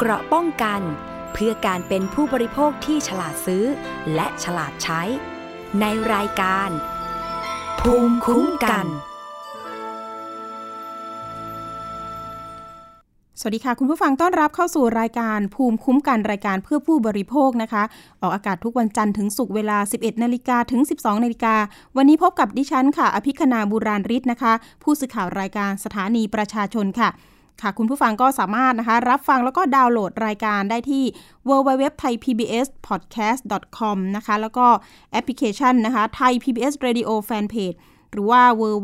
เกราะป้องกันเพื่อการเป็นผู้บริโภคที่ฉลาดซื้อและฉลาดใช้ในรายการภูมิคุ้มกันสวัสดีค่ะคุณผู้ฟังต้อนรับเข้าสู่รายการภูมิคุ้มกันรายการเพื่อผู้บริโภคนะคะออกอากาศทุกวันจันทร์ถึงศุกร์เวลา 11:00 นถึง 12:00 นวันนี้พบกับดิฉันค่ะอภิคณาบุราริศนะคะผู้สื่อข่าวรายการสถานีประชาชนค่ะคุณผู้ฟังก็สามารถนะคะรับฟังแล้วก็ดาวน์โหลดรายการได้ที่ www.thaipbspodcast.com นะคะแล้วก็แอปพลิเคชันนะคะ Thai PBS Radio Fanpage หรือว่า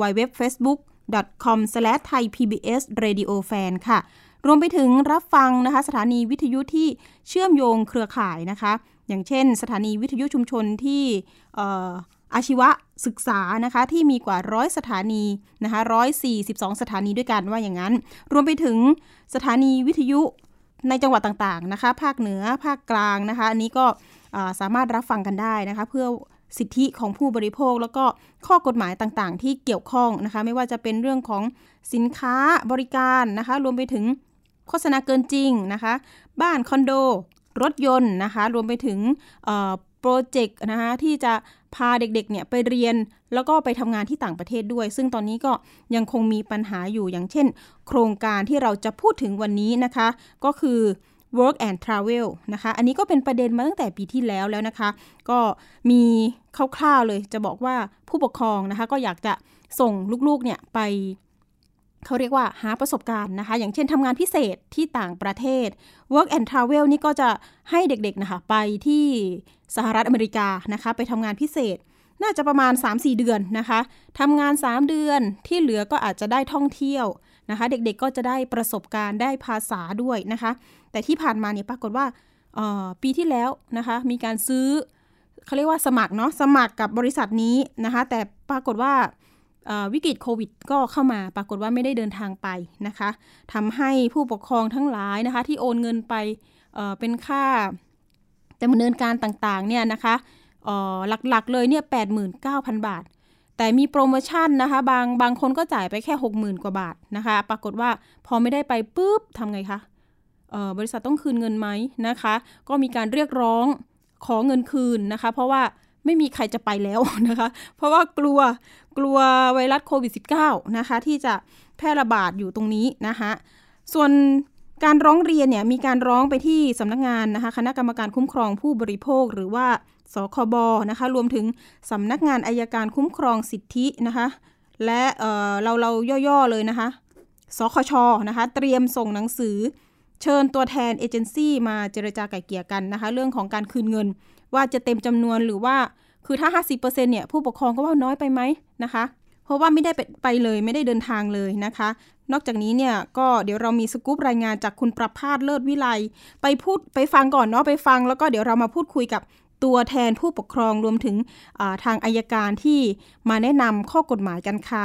www.facebook.com/thaipbsradiofan ค่ะรวมไปถึงรับฟังนะคะสถานีวิทยุที่เชื่อมโยงเครือข่ายนะคะอย่างเช่นสถานีวิทยุชุมชนที่อาชีวศึกษานะคะที่มีกว่า100สถานีนะคะ142สถานีด้วยกันว่าอย่างนั้นรวมไปถึงสถานีวิทยุในจังหวัดต่างๆนะคะภาคเหนือภาคกลางนะคะอันนี้ก็สามารถรับฟังกันได้นะคะเพื่อสิทธิของผู้บริโภคแล้วก็ข้อกฎหมายต่างๆที่เกี่ยวข้องนะคะไม่ว่าจะเป็นเรื่องของสินค้าบริการนะคะรวมไปถึงโฆษณาเกินจริงนะคะบ้านคอนโดรถยนต์นะคะรวมไปถึงโปรเจกต์นะคะที่จะพาเด็กๆเนี่ยไปเรียนแล้วก็ไปทำงานที่ต่างประเทศด้วยซึ่งตอนนี้ก็ยังคงมีปัญหาอยู่อย่างเช่นโครงการที่เราจะพูดถึงวันนี้นะคะก็คือ Work and Travel นะคะอันนี้ก็เป็นประเด็นมาตั้งแต่ปีที่แล้วนะคะก็มีคร่าวๆเลยจะบอกว่าผู้ปกครองนะคะก็อยากจะส่งลูกๆเนี่ยไปเขาเรียกว่าหาประสบการณ์นะคะอย่างเช่นทำงานพิเศษที่ต่างประเทศ Work and Travel นี่ก็จะให้เด็กๆนะคะไปที่สหรัฐอเมริกานะคะไปทำงานพิเศษน่าจะประมาณ 3-4 เดือนนะคะทำงาน3เดือนที่เหลือก็อาจจะได้ท่องเที่ยวนะคะเด็กๆก็จะได้ประสบการณ์ได้ภาษาด้วยนะคะแต่ที่ผ่านมาเนี่ยปรากฏว่าปีที่แล้วนะคะมีการซื้อเขาเรียกว่าสมัครกับบริษัทนี้นะคะแต่ปรากฏว่าวิกฤตโควิดก็เข้ามาปรากฏว่าไม่ได้เดินทางไปนะคะทำให้ผู้ปกครองทั้งหลายนะคะที่โอนเงินไปเป็นค่าดำเนินการต่างๆเนี่ยนะคะหลักๆเลยเนี่ย 89,000 บาทแต่มีโปรโมชั่นนะคะบางคนก็จ่ายไปแค่ 60,000 กว่าบาทนะคะปรากฏว่าพอไม่ได้ไปปุ๊บทำไงคะบริษัทต้องคืนเงินไหมนะคะก็มีการเรียกร้องขอเงินคืนนะคะเพราะว่าไม่มีใครจะไปแล้วนะคะเพราะว่ากลัวไวรัสโควิด -19 นะคะที่จะแพร่ระบาดอยู่ตรงนี้นะคะส่วนการร้องเรียนเนี่ยมีการร้องไปที่สำนักงานนะคะคณะกรรมการคุ้มครองผู้บริโภคหรือว่าสคบนะคะรวมถึงสำนักงานอัยการคุ้มครองสิทธินะคะและเราย่อๆเลยนะคะสคชนะคะเตรียมส่งหนังสือเชิญตัวแทนเอเจนซี่มาเจรจาไกล่เกลี่ยกันนะคะเรื่องของการคืนเงินว่าจะเต็มจำนวนหรือว่าคือถ้า 50% เนี่ยผู้ปกครองก็ว่าน้อยไปไหมนะคะเพราะว่าไม่ได้ไปเลยไม่ได้เดินทางเลยนะคะนอกจากนี้เนี่ยก็เดี๋ยวเรามีสกู๊ปรายงานจากคุณประภาสเลิศวิไลไปฟังก่อนเนาะไปฟังแล้วก็เดี๋ยวเรามาพูดคุยกับตัวแทนผู้ปกครองรวมถึงทางอัยการที่มาแนะนำข้อกฎหมายกันค่ะ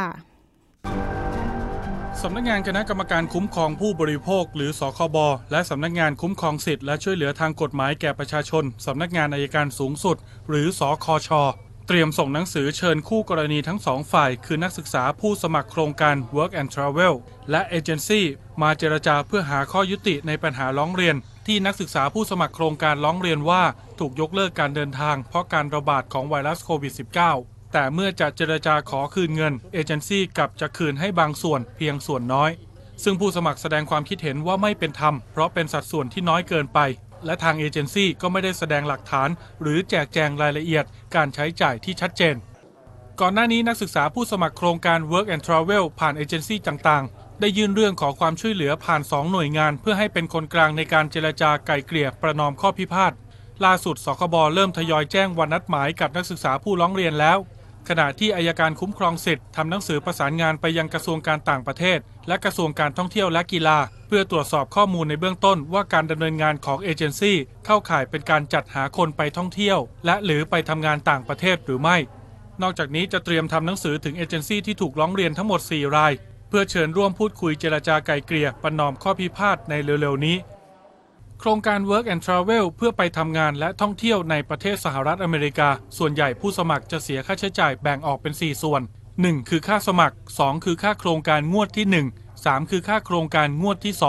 สำนักงานคณะกรรมการคุ้มครองผู้บริโภคหรือสคบและสำนักงานคุ้มครองสิทธิและช่วยเหลือทางกฎหมายแก่ประชาชนสำนักงานอัยการสูงสุดหรือสคช.เตรียมส่งหนังสือเชิญคู่กรณีทั้งสองฝ่ายคือนักศึกษาผู้สมัครโครงการ Work and Travel และเอเจนซี่มาเจรจาเพื่อหาข้อยุติในปัญหาร้องเรียนที่นักศึกษาผู้สมัครโครงการร้องเรียนว่าถูกยกเลิกการเดินทางเพราะการระบาดของไวรัสโควิด -19 แต่เมื่อจะเจรจาขอคืนเงินเอเจนซี่กลับจะคืนให้บางส่วนเพียงส่วนน้อยซึ่งผู้สมัครแสดงความคิดเห็นว่าไม่เป็นธรรมเพราะเป็นสัดส่วนที่น้อยเกินไปและทางเอเจนซี่ก็ไม่ได้แสดงหลักฐานหรือแจกแจงรายละเอียดการใช้จ่ายที่ชัดเจนก่อนหน้านี้นักศึกษาผู้สมัครโครงการ Work and Travel ผ่านเอเจนซี่ต่างๆได้ยื่นเรื่องขอความช่วยเหลือผ่าน2หน่วยงานเพื่อให้เป็นคนกลางในการเจรจาไกล่เกลี่ยประนอมข้อพิพาทล่าสุดสคบเริ่มทยอยแจ้งวันนัดหมายกับนักศึกษาผู้ร้องเรียนแล้วขณะที่อัยการคุ้มครองสิทธิ์ทำหนังสือประสานงานไปยังกระทรวงการต่างประเทศและกระทรวงการท่องเที่ยวและกีฬาเพื่อตรวจสอบข้อมูลในเบื้องต้นว่าการดำเนินงานของเอเจนซี่เข้าข่ายเป็นการจัดหาคนไปท่องเที่ยวและหรือไปทำงานต่างประเทศหรือไม่นอกจากนี้จะเตรียมทำหนังสือถึงเอเจนซี่ที่ถูกร้องเรียนทั้งหมด4รายเพื่อเชิญร่วมพูดคุยเจรจาไกล่เกลี่ยประนอมข้อพิพาทในเร็วๆนี้โครงการ Work and Travel เพื่อไปทำงานและท่องเที่ยวในประเทศสหรัฐอเมริกาส่วนใหญ่ผู้สมัครจะเสียค่าใช้จ่ายแบ่งออกเป็น4ส่วน1คือค่าสมัคร2คือค่าโครงการงวดที่1 3คือค่าโครงการงวดที่2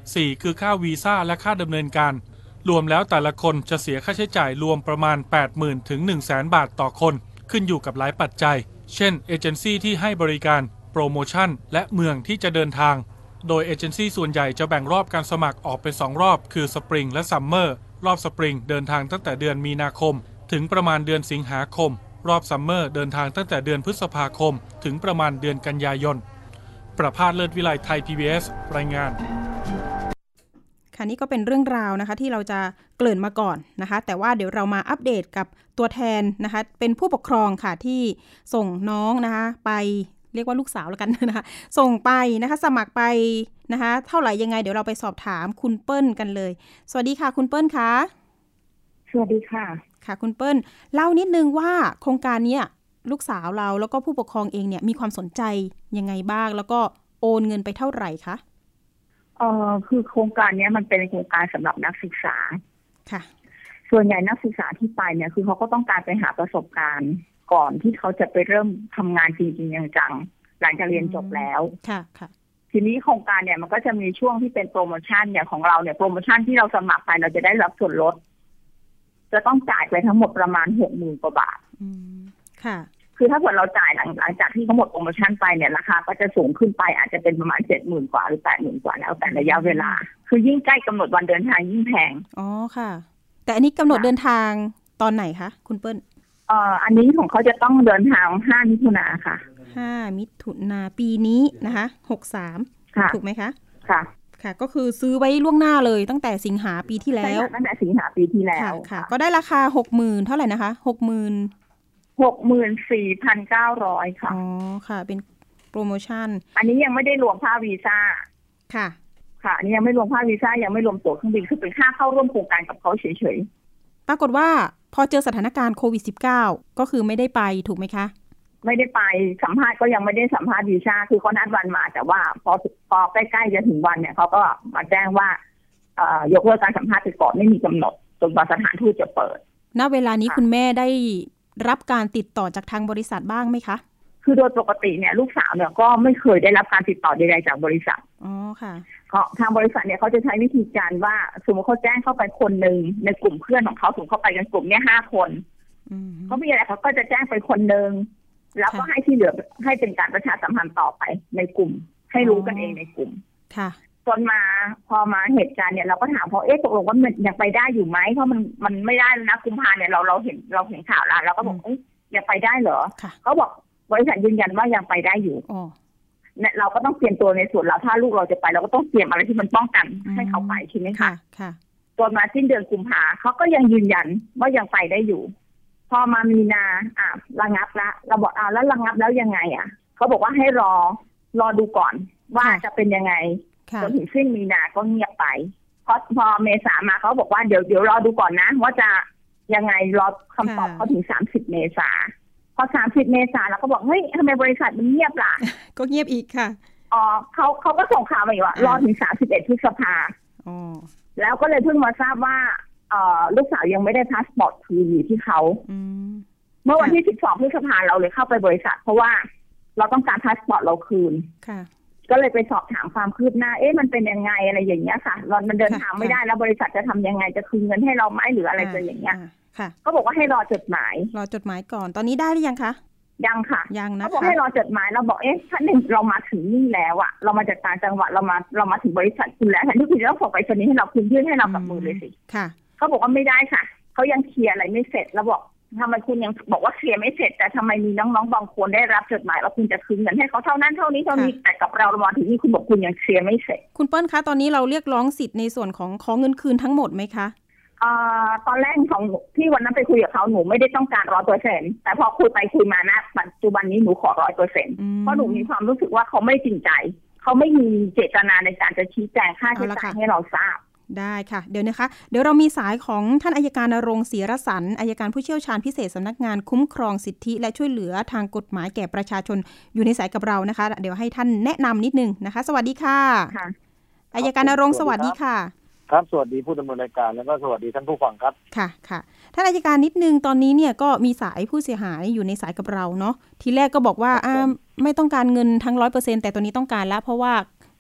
4คือค่าวีซ่าและค่าดำเนินการรวมแล้วแต่ละคนจะเสียค่าใช้จ่ายรวมประมาณ 80,000 ถึง 100,000 บาทต่อคนขึ้นอยู่กับหลายปัจจัยเช่นเอเจนซี่ที่ให้บริการโปรโมชั่นและเมืองที่จะเดินทางโดยเอเจนซี่ส่วนใหญ่จะแบ่งรอบการสมัครออกเป็น2รอบคือสปริงและซัมเมอร์รอบสปริงเดินทางตั้งแต่เดือนมีนาคมถึงประมาณเดือนสิงหาคมรอบซัมเมอร์เดินทางตั้งแต่เดือนพฤษภาคมถึงประมาณเดือนกันยายนประภาสเลิศวิไลไทย PBS รายงานค่ะนี่ก็เป็นเรื่องราวนะคะที่เราจะเกริ่นมาก่อนนะคะแต่ว่าเดี๋ยวเรามาอัปเดตกับตัวแทนนะคะเป็นผู้ปกครองค่ะที่ส่งน้องนะคะไปเรียกว่าลูกสาวแล้วกันนะคะส่งไปนะคะสมัครไปนะคะเท่าไหร่ยังไงเดี๋ยวเราไปสอบถามคุณเปิ้ลกันเลยสวัสดีค่ะคุณเปิ้ลคะสวัสดีค่ะค่ะคุณเปิ้ลเล่านิดนึงว่าโครงการนี้ลูกสาวเราแล้วก็ผู้ปกครองเองเนี่ยมีความสนใจยังไงบ้างแล้วก็โอนเงินไปเท่าไหร่คะคือโครงการนี้มันเป็นโครงการสำหรับนักศึกษาค่ะส่วนใหญ่นักศึกษาที่ไปเนี่ยคือเขาก็ต้องการไปหาประสบการณ์ก่อนที่เขาจะไปเริ่มทำงานจริงๆจังๆหลังจากเรียนจบแล้วค่ะค่ะทีนี้โครงการเนี่ยมันก็จะมีช่วงที่เป็นโปรโมชั่นเนี่ยของเราเนี่ยโปรโมชั่นที่เราสมัครไปเราจะได้รับส่วนลดจะต้องจ่ายไปทั้งหมดประมาณ 60,000 กว่าบาทค่ะคือถ้าเกิดเราจ่ายหลังจากที่เขาหมดโปรโมชั่นไปเนี่ยราคาก็จะสูงขึ้นไปอาจจะเป็นประมาณ 70,000 กว่าหรือ 80,000 กว่าแล้วแต่ระยะเวลาคือยิ่งใกล้กำหนดวันเดินทางยิ่งแพงอ๋อค่ะแต่อันนี้กำหนดเดินทางตอนไหนคะคุณเปิ้ลอันนี้ของเขาจะต้องเดินทาง5 มิถุนายนค่ะ 5 มิถุนายนปีนี้นะคะ63ถูกไหมคะค่ะค่ะก็คือซื้อไว้ล่วงหน้าเลยตั้งแต่สิงหาปีที่แล้วตั้งแต่สิงหาปีที่แล้วค่ะก็ได้ราคา 60,000 เท่าไหร่นะคะ 64,900 ค่ะอ๋อค่ะเป็นโปรโมชั่นอันนี้ยังไม่ได้รวมค่าวีซ่าค่ะค่ะอันนี้ยังไม่รวมค่าวีซ่ายังไม่รวมตั๋วเครื่องบินคือเป็นค่าเข้าร่วมโครงการกับเขาเฉยๆปรากฏว่าพอเจอสถานการณ์โควิด -19 ก็คือไม่ได้ไปถูกไหมคะไม่ได้ไปสัมภาษณ์ก็ยังไม่ได้สัมภาษณ์วีซ่าคือเขานัดวันมาแต่ว่าพอใกล้ๆจะถึงวันเนี่ยเขาก็มาแจ้งว่ายกเลิกการสัมภาษณ์ไปก่อนไม่มีกำหนดจนกว่าสถานทูตจะเปิดณเวลานี้คุณแม่ได้รับการติดต่อจากทางบริษัทบ้างไหมคะคือโดยปกติเนี่ยลูกสาวเนี่ยก็ไม่เคยได้รับการติดต่อใดๆจากบริษัทอ๋อค่ะทางบริษัทเนี่ยเขาจะใช้วิธีการว่าสมมติเขาแจ้งเข้าไปคนนึงในกลุ่มเพื่อนของเขาสมมติเข้าไปกันกลุ่มเนี่ย5 คนเขามีอะไรเขาก็จะแจ้งไปคนนึงแล้วก็ให้ที่เหลือให้เป็นการประชาสัมพันธ์ต่อไปในกลุ่มให้รู้กันเองในกลุ่มค่ะจนมาพอมาเหตุการณ์เนี่ยเราก็ถามเขาตกลงว่ามันยังไปได้อยู่ไหมเพราะมันไม่ได้นะกุมภาเนี่ยเราเห็นข่าวแล้วเราก็บอกยังไปได้เหรอเขาบอกบริษัทยืนยันว่ายังไปได้อยู่เนี่ยเราก็ต้องเตรียมตัวในส่วนเราถ้าลูกเราจะไปเราก็ต้องเตรียมอะไรที่มันป้องกันให้เขาไปใช่ไหมคะค่ะจนมาสิ้นเดือนกุมภาเขาก็ยังยืนยันว่ายังไปได้อยู่พอมามีนาระงับละเราบอกแล้วระงับแล้วยังไงเขาบอกว่าให้รอดูก่อนว่าจะเป็นยังไงจนถึงสิ้นมีนาก็เงียบไปพอเมษามาเขาบอกว่าเดี๋ยวรอดูก่อนนะว่าจะยังไงรอคำตอบเขาถึง30 เมษาพอ30 เมษาเราก็บอกเฮ้ยทำไมบริษัทมันเงียบล่ะก็เงียบอีกค่ะเขาก็ส่งข่าวมาอีกว่ารอถึง31 พฤษภาแล้วก็เลยเพิ่งมาทราบว่าลูกสาวยังไม่ได้พาสปอร์ตคืนอยู่ที่เขาเมื่อวันที่12 พฤษภาเราเลยเข้าไปบริษัทเพราะว่าเราต้องการพาสปอร์ตเราคืนก็เลยไปสอบถามความคืบหน้ามันเป็นยังไงอะไรอย่างเงี้ยค่ะมันเดินทางไม่ได้แล้วบริษัทจะทำยังไงจะคืนเงินให้เราไหมหรืออะไรจะอย่างเงี้ยก็บอกว่าให้รอจดหมายก่อนตอนนี้ได้หรือยังคะยังค่ะยังนะคะเขาบอกให้รอจดหมายเราบอกท่านหนึ่งเรามาถึงนี่แล้วเรามาจากต่างจังหวัดเรามาถึงบริษัทคุณแล้วแทนที่คุณจะต้องส่งไปสนีให้เราคุณยื่นให้เรากับมือเลยสิค่ะเขาบอกว่าไม่ได้ค่ะเขายังเคลียร์อะไรไม่เสร็จแล้วบอกทำไมคุณยังบอกว่าเคลียร์ไม่เสร็จแต่ทำไมมีน้องๆบางคนได้รับจดหมายแล้วคุณจะคืนเงินให้เขาเท่านั้นเท่านี้แต่กับเรามาถึงนี่คุณบอกคุณยังเคลียร์ไม่เสร็จคุณเปิ้ลคะตอนนี้เราเรียกร้องสิทธิ์ในส่วนของขอเงินคืนทั้งหมดไหมคะตอนแรกของที่วันนั้นไปคุยกับเขาหนูไม่ได้ต้องการ 100% แต่พอคุยไปคุยมานะปัจจุบันนี้หนูขอ 100% เพราะหนูมีความรู้สึกว่าเขาไม่จริงใจเขาไม่มีเจตนาในการจะชี้แจงค่าใช้จ่ายให้เราทราบได้ค่ะเดี๋ยวเรามีสายของท่านอัยการณรงค์ ศรีรสรรค์อัยการผู้เชี่ยวชาญพิเศษสำนักงานคุ้มครองสิทธิและช่วยเหลือทางกฎหมายแก่ประชาชนอยู่ในสายกับเรานะคะเดี๋ยวให้ท่านแนะนำนิดนึงนะคะสวัสดีค่ะอัยการณรงค์สวัสดีค่ะครับสวัสดีผู้ดำเนินรายการแล้วก็สวัสดีท่านผู้ฟังครับค่ะท่านอัยการนิดนึงตอนนี้เนี่ยก็มีสายผู้เสียหายอยู่ในสายกับเราเนาะทีแรกก็บอกว่าไม่ต้องการเงินทั้ง 100% แต่ตอนนี้ต้องการแล้วเพราะว่า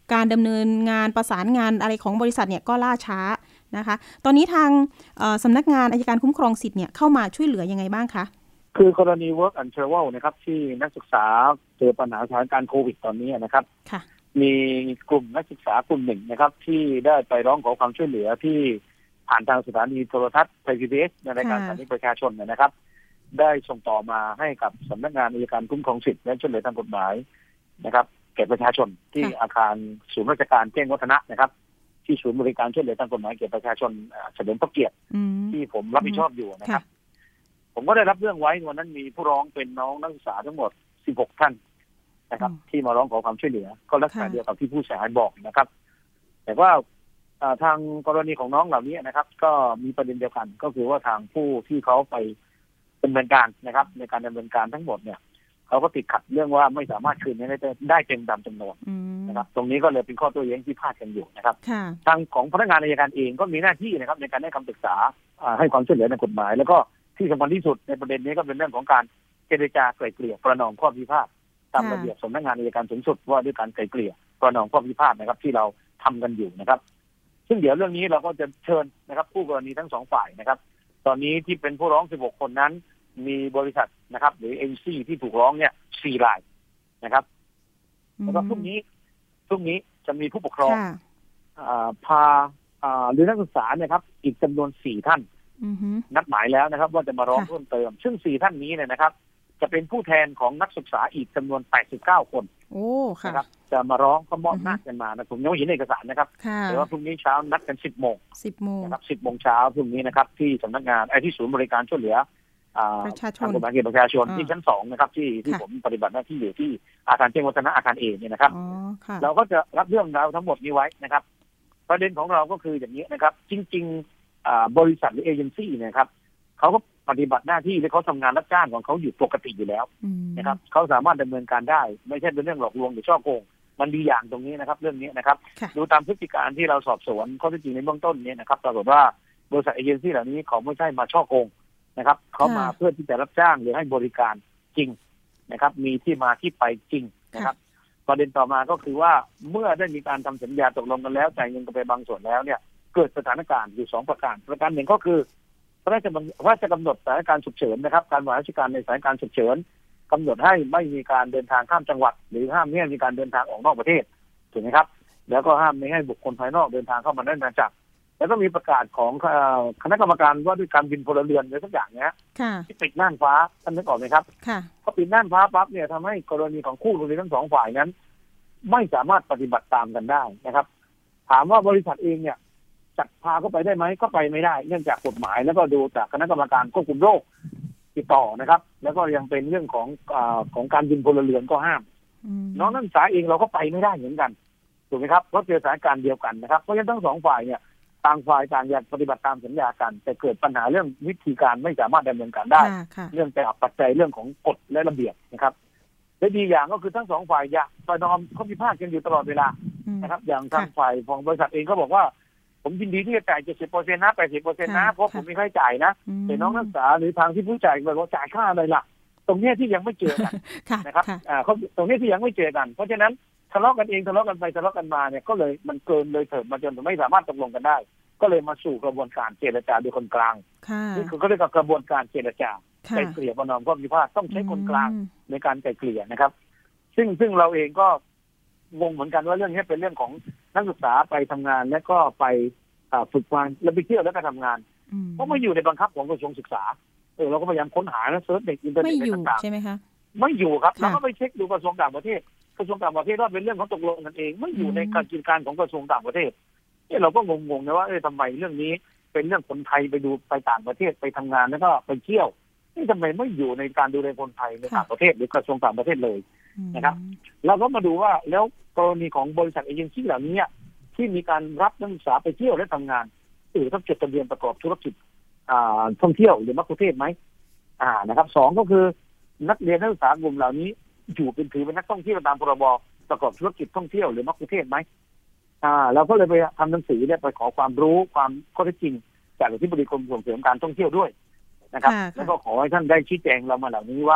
การดำเนินงานประสานงานอะไรของบริษัทเนี่ยก็ล่าช้านะคะตอนนี้ทางสำนักงานอัยการคุ้มครองสิทธิ์เนี่ยเข้ามาช่วยเหลือยังไงบ้างคะคือกรณี work and travel นะครับที่นักศึกษาเจอปัญหาสถานการณ์โควิดตอนนี้นะครับมีกลุ่มนักศึกษากลุ่มหนึ่งนะครับที่ได้ไปร้องขอความช่วยเหลือที่ผ่านทางสถานีโทรทัศน์ไทย PBS ในรายการสถานีประชาชนนะครับได้ส่งต่อมาให้กับสำนักงานอัยการคุ้มครองสิทธิและช่วยเหลือทางกฎหมายนะครับแก่ประชาชนที่อาคารศูนย์ราชการแจ้งวัฒนะนะครับที่ศูนย์บริการช่วยเหลือทางกฎหมายแก่ประชาชนเฉลิมพระเกียรติที่ผมรับผิดชอบอยู่นะครับผมก็ได้รับเรื่องไว้วันนั้นมีผู้ร้องเป็นน้องนักศึกษาทั้งหมด16ท่านนะครับที่มาร้องขอความช่วยเหลือก็ลักษณะเดียวกับที่ผู้เสียหายบอกนะครับแต่ว่าทางกรณีของน้องเหล่านี้นะครับก็มีประเด็นเดียวกันก็คือว่าทางผู้ที่เขาไปดำเนินการนะครับในการดำเนินการทั้งหมดเนี่ยเขาก็ติดขัดเรื่องว่าไม่สามารถคืนได้เต็มตามจำนวนนะครับตรงนี้ก็เลยเป็นข้อโต้แย้งที่พาดกันอยู่นะครับทางของพนักงานอัยการเองก็มีหน้าที่นะครับในการให้คำปรึกษาให้ความช่วยเหลือในกฎหมายแล้วก็ที่สำคัญที่สุดในประเด็นนี้ก็เป็นเรื่องของการเจรจาไกล่เกลี่ยประนอมข้อพิพาทตามระเบียบสำนักงานอัยการสูงสุดว่าด้วยการไกล่เกลี่ยประนอมข้อพิพาทนะครับที่เราทำกันอยู่นะครับซึ่งเดี๋ยวเรื่องนี้เราก็จะเชิญนะครับผู้กรณีทั้งสองฝ่ายนะครับตอนนี้ที่เป็นผู้ร้อง16คนนั้นมีบริษัทนะครับหรือเอ็นซีที่ถูกร้องเนี่ย4 รายนะครับแล้วก็พรุ่งนี้จะมีผู้ปกครองพาหรือนักศึกษาเนี่ยครับอีกจำนวน4 ท่านนัดหมายแล้วนะครับว่าจะมาร้องเพิ่มเติมซึ่ง4 ท่านนี้เนี่ยนะครับจะเป็นผู้แทนของนักศึกษาอีกจำนวน89 คนนะครับจะมาร้องก็มอบหน้ากันมานะผมยังไม่เห็นเอกสารนะครับแต่ว่าพรุ่งนี้เช้านัดกัน10 โมงนะครับ10 โมงเช้าพรุ่งนี้นะครับที่สำนักงานที่ศูนย์บริการช่วยเหลือประชาชนประชาชนที่ชั้น2นะครับที่ผมปฏิบัติหน้าที่อยู่ที่อาคารแจ้งวัฒนะอาคารเอเนี่ยนะครับเราก็จะรับเรื่องราวทั้งหมดนี้ไว้นะครับประเด็นของเราก็คืออย่างนี้นะครับจริงๆบริษัทหรือเอเจนซี่นะครับเขาก็ปฏิบัติหน้าที่และเขาทำงานรับจ้างของเขาอยู่ปกติอยู่แล้วนะครับเขาสามารถดำเนินการได้ไม่ใช่เป็นเรื่องหลอกลวงหรือช่อโกงมันดีอย่างตรงนี้นะครับเรื่องนี้นะครับดูตามพฤติการที่เราสอบสวนข้อเท็จจริงในเบื้องต้นนี้นะครับปรากฏว่าบริษัทเอเจนซี่เหล่านี้เขาไม่ใช่มาช่อโกงนะครับเขามาเพื่อที่จะรับจ้างหรือให้บริการจริงนะครับมีที่มาที่ไปจริงนะครับประเด็นต่อมาก็คือว่าเมื่อได้มีการทำสัญญาตกลงกันแล้วจ่ายเงินกันไปบางส่วนแล้วเนี่ยเกิดสถานการณ์อยู่2 ประการหนึ่งก็คือพระราชกำหนดสถานการณ์ฉุกเฉินนะครับการบริหารราชการในสถานการณ์ฉุกเฉินกำหนดให้ไม่มีการเดินทางข้ามจังหวัดหรือห้ามไม่ให้มีการเดินทางออกนอกประเทศถูกไหมครับแล้วก็ห้ามไม่ให้บุคคลภายนอกเดินทางเข้ามาในอาณาจักรแล้วก็มีประกาศของคณะกรรมการว่าด้วยการบินพลเรือนอะไรสักอย่างเนี้ยที่ปิดน่านฟ้าท่านนึกออกไหมครับพอปิดน่านฟ้าปั๊บเนี่ยทำให้กรณีของคู่กรณีทั้ง2 ฝ่ายนั้นไม่สามารถปฏิบัติตามกันได้นะครับถามว่าบริษัทเองเนี่ยจัดพาเข้าไปได้ไหมก็ไปไม่ได้เนื่องจากกฎหมายแล้วก็ดูจากคณะกรรมการควบคุมโรคติดต่อนะครับแล้วก็ยังเป็นเรื่องของการบินพลเรือนก็ห้ามน้องนักศึกษาเองเราก็ไปไม่ได้เหมือนกันถูกไหมครับเพราะเจอสถานการณ์เดียวกันนะครับเพราะฉะนั้นทั้ง2 ฝ่ายเนี่ยต่างฝ่ายต่างอยากปฏิบัติตามสัญญากันแต่เกิดปัญหาเรื่องวิธีการไม่สามารถดำเนินการได้เรื่องจากปัจจัยเรื่องของกฎและระเบียบนะครับและดีอย่างก็คือทั้ง2 ฝ่ายอยากประนอมข้อพิพาทกันอยู่ตลอดเวลานะครับอย่างทางฝ่ายของบริษัทเองก็บอกว่าผมยินดีที่จะจ่าย 70% นะ 80% นะเพราะผมไม่ค่อยจ่ายนะแต่น้องนักศึกษาหรือทางที่ผู้จ่ายบอกว่าจ่ายค่าอะไรล่ะตรงนี้ที่ยังไม่เจอกันนะครับตรงนี้ที่ยังไม่เจอกันเพราะฉะนั้นทะเลาะกันเองทะเลาะกันไปทะเลาะกันมาเนี่ยก็เลยมันเกินเลยเถิดมาจนไม่สามารถตกลงกันได้ก็เลยมาสู่กระบวนการเจรจาโดยคนกลางนี่คือเขาเรียกว่ากระบวนการเจรจาไกล่เกลี่ยประนอมข้อพิพาทต้องใช้คนกลางในการไกล่เกลี่ยนะครับซึ่งเราเองก็งงเหมือนกันว่าเรื่องนี้เป็นเรื่องของนักศึกษาไปทำงานและก็ไปฝึกงานแล้วไปเที่ยวแล้วก็ทำงานเพราะไม่อยู่ในบังคับของกระทรวงศึกษาเราก็พยายามค้นหาและเซิร์ชในอินเทอร์เน็ตต่างๆใช่ไหมคะไม่อยู่ครับเราก็ไปเช็คดูกระทรวงต่างประเทศว่าเป็นเรื่องของตกลงกันเองไม่อยู่ในการกิจการของกระทรวงต่างประเทศเราก็งงๆนะว่าทำไมเรื่องนี้เป็นเรื่องคนไทยไปต่างประเทศไปทำงานแล้วก็ไปเที่ยวนี่ทำไมไม่อยู่ในการดูแลคนไทยในต่างประเทศหรือกระทรวงต่างประเทศเลยนะครับเราก็มาดูว่าแล้วกรณีของบริษัทเอเจนซี่เหล่านี้ที่มีการรับนักศึกษาไปเที่ยวและทำงานต้องจดทะเบียนประกอบธุรกิจท่องเที่ยวหรือมัคคุเทศก์ไหมนะครับ2ก็คือนักเรียนนักศึกษากลุ่มเหล่านี้อยู่เป็นถือเป็นนักท่องเที่ยวตามพรบประกอบธุรกิจท่องเที่ยวหรือมัคคุเทศก์ไหมเราก็เลยไปทำหนังสือเนี่ยไปขอความรู้ความข้อเท็จจริงจากอธิบดีกรมส่งเสริมการท่องเที่ยวด้วยนะครับแล้วก็ขอให้ท่านได้ชี้แจงเรามาเหล่านี้ว่า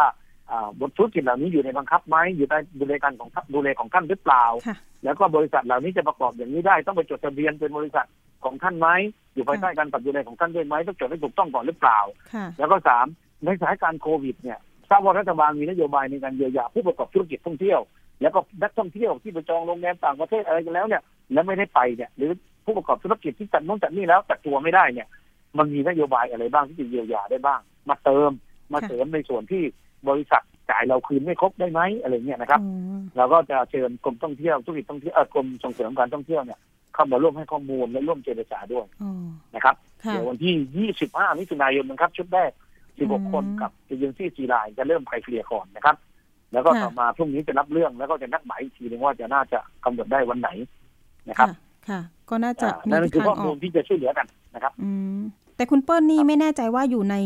บทธุรกิจเหล่านี้อยู่ในบังคับไหมอยู่ในดูแลของท่านหรือเปล่าแล้วก็บริษัทเหล่านี้จะประกอบอย่างนี้ได้ต้องไปจดทะเบียนเป็นบริษัทของท่านไหมอยู่ภายใต้การดูแลของท่านด้วยไหมต้องจดให้ถูกต้องก่อนหรือเปล่าแล้วก็3ในสถานการณ์โควิดเนี่ยทราบว่ารัฐบาลมีนโยบายในการเยียวยาผู้ประกอบธุรกิจท่องเที่ยวแล้วก็นักท่องเที่ยวที่ไปจองโรงแรมต่างประเทศอะไรกันแล้วเนี่ยแล้วไม่ได้ไปเนี่ยหรือผู้ประกอบธุรกิจที่จัดโน่นจัดนี่แล้วจัดตัวไม่ได้เนี่ยมันมีนโยบายอะไรบ้างที่จะเยียวยาได้บ้างมาเสริมในส่วนที่บริษัทจ่ายเราคืนไม่ครบได้ไหมอะไรเงี้ยนะครับเราก็จะเชิญกรมท่องเที่ยวธุรกิจท่องเที่ยวกรมส่งเสริมการท่องเที่ยวเนี่ยเข้ามาร่วมให้ข้อมูลและร่วมเจรจาด้วยนะครับเดี๋ยววันที่25มิถุนายนนะครับชุดแรก16คนกับเอเจนซี่4รายจะเริ่มไกลเกลี่ยก่อนนะครับแล้วก็ต่อมาพรุ่งนี้จะรับเรื่องแล้วก็จะนัดหมายอีกทีนึงว่าจะน่าจะกำหนดได้วันไหนนะครับค่ะก็น่าจะนั่นคือข้อมูลที่จะช่วยเหลือกันนะครับแต่คุณเปิ้ลนี่ไม่แน่ใจว่าอยู่ใน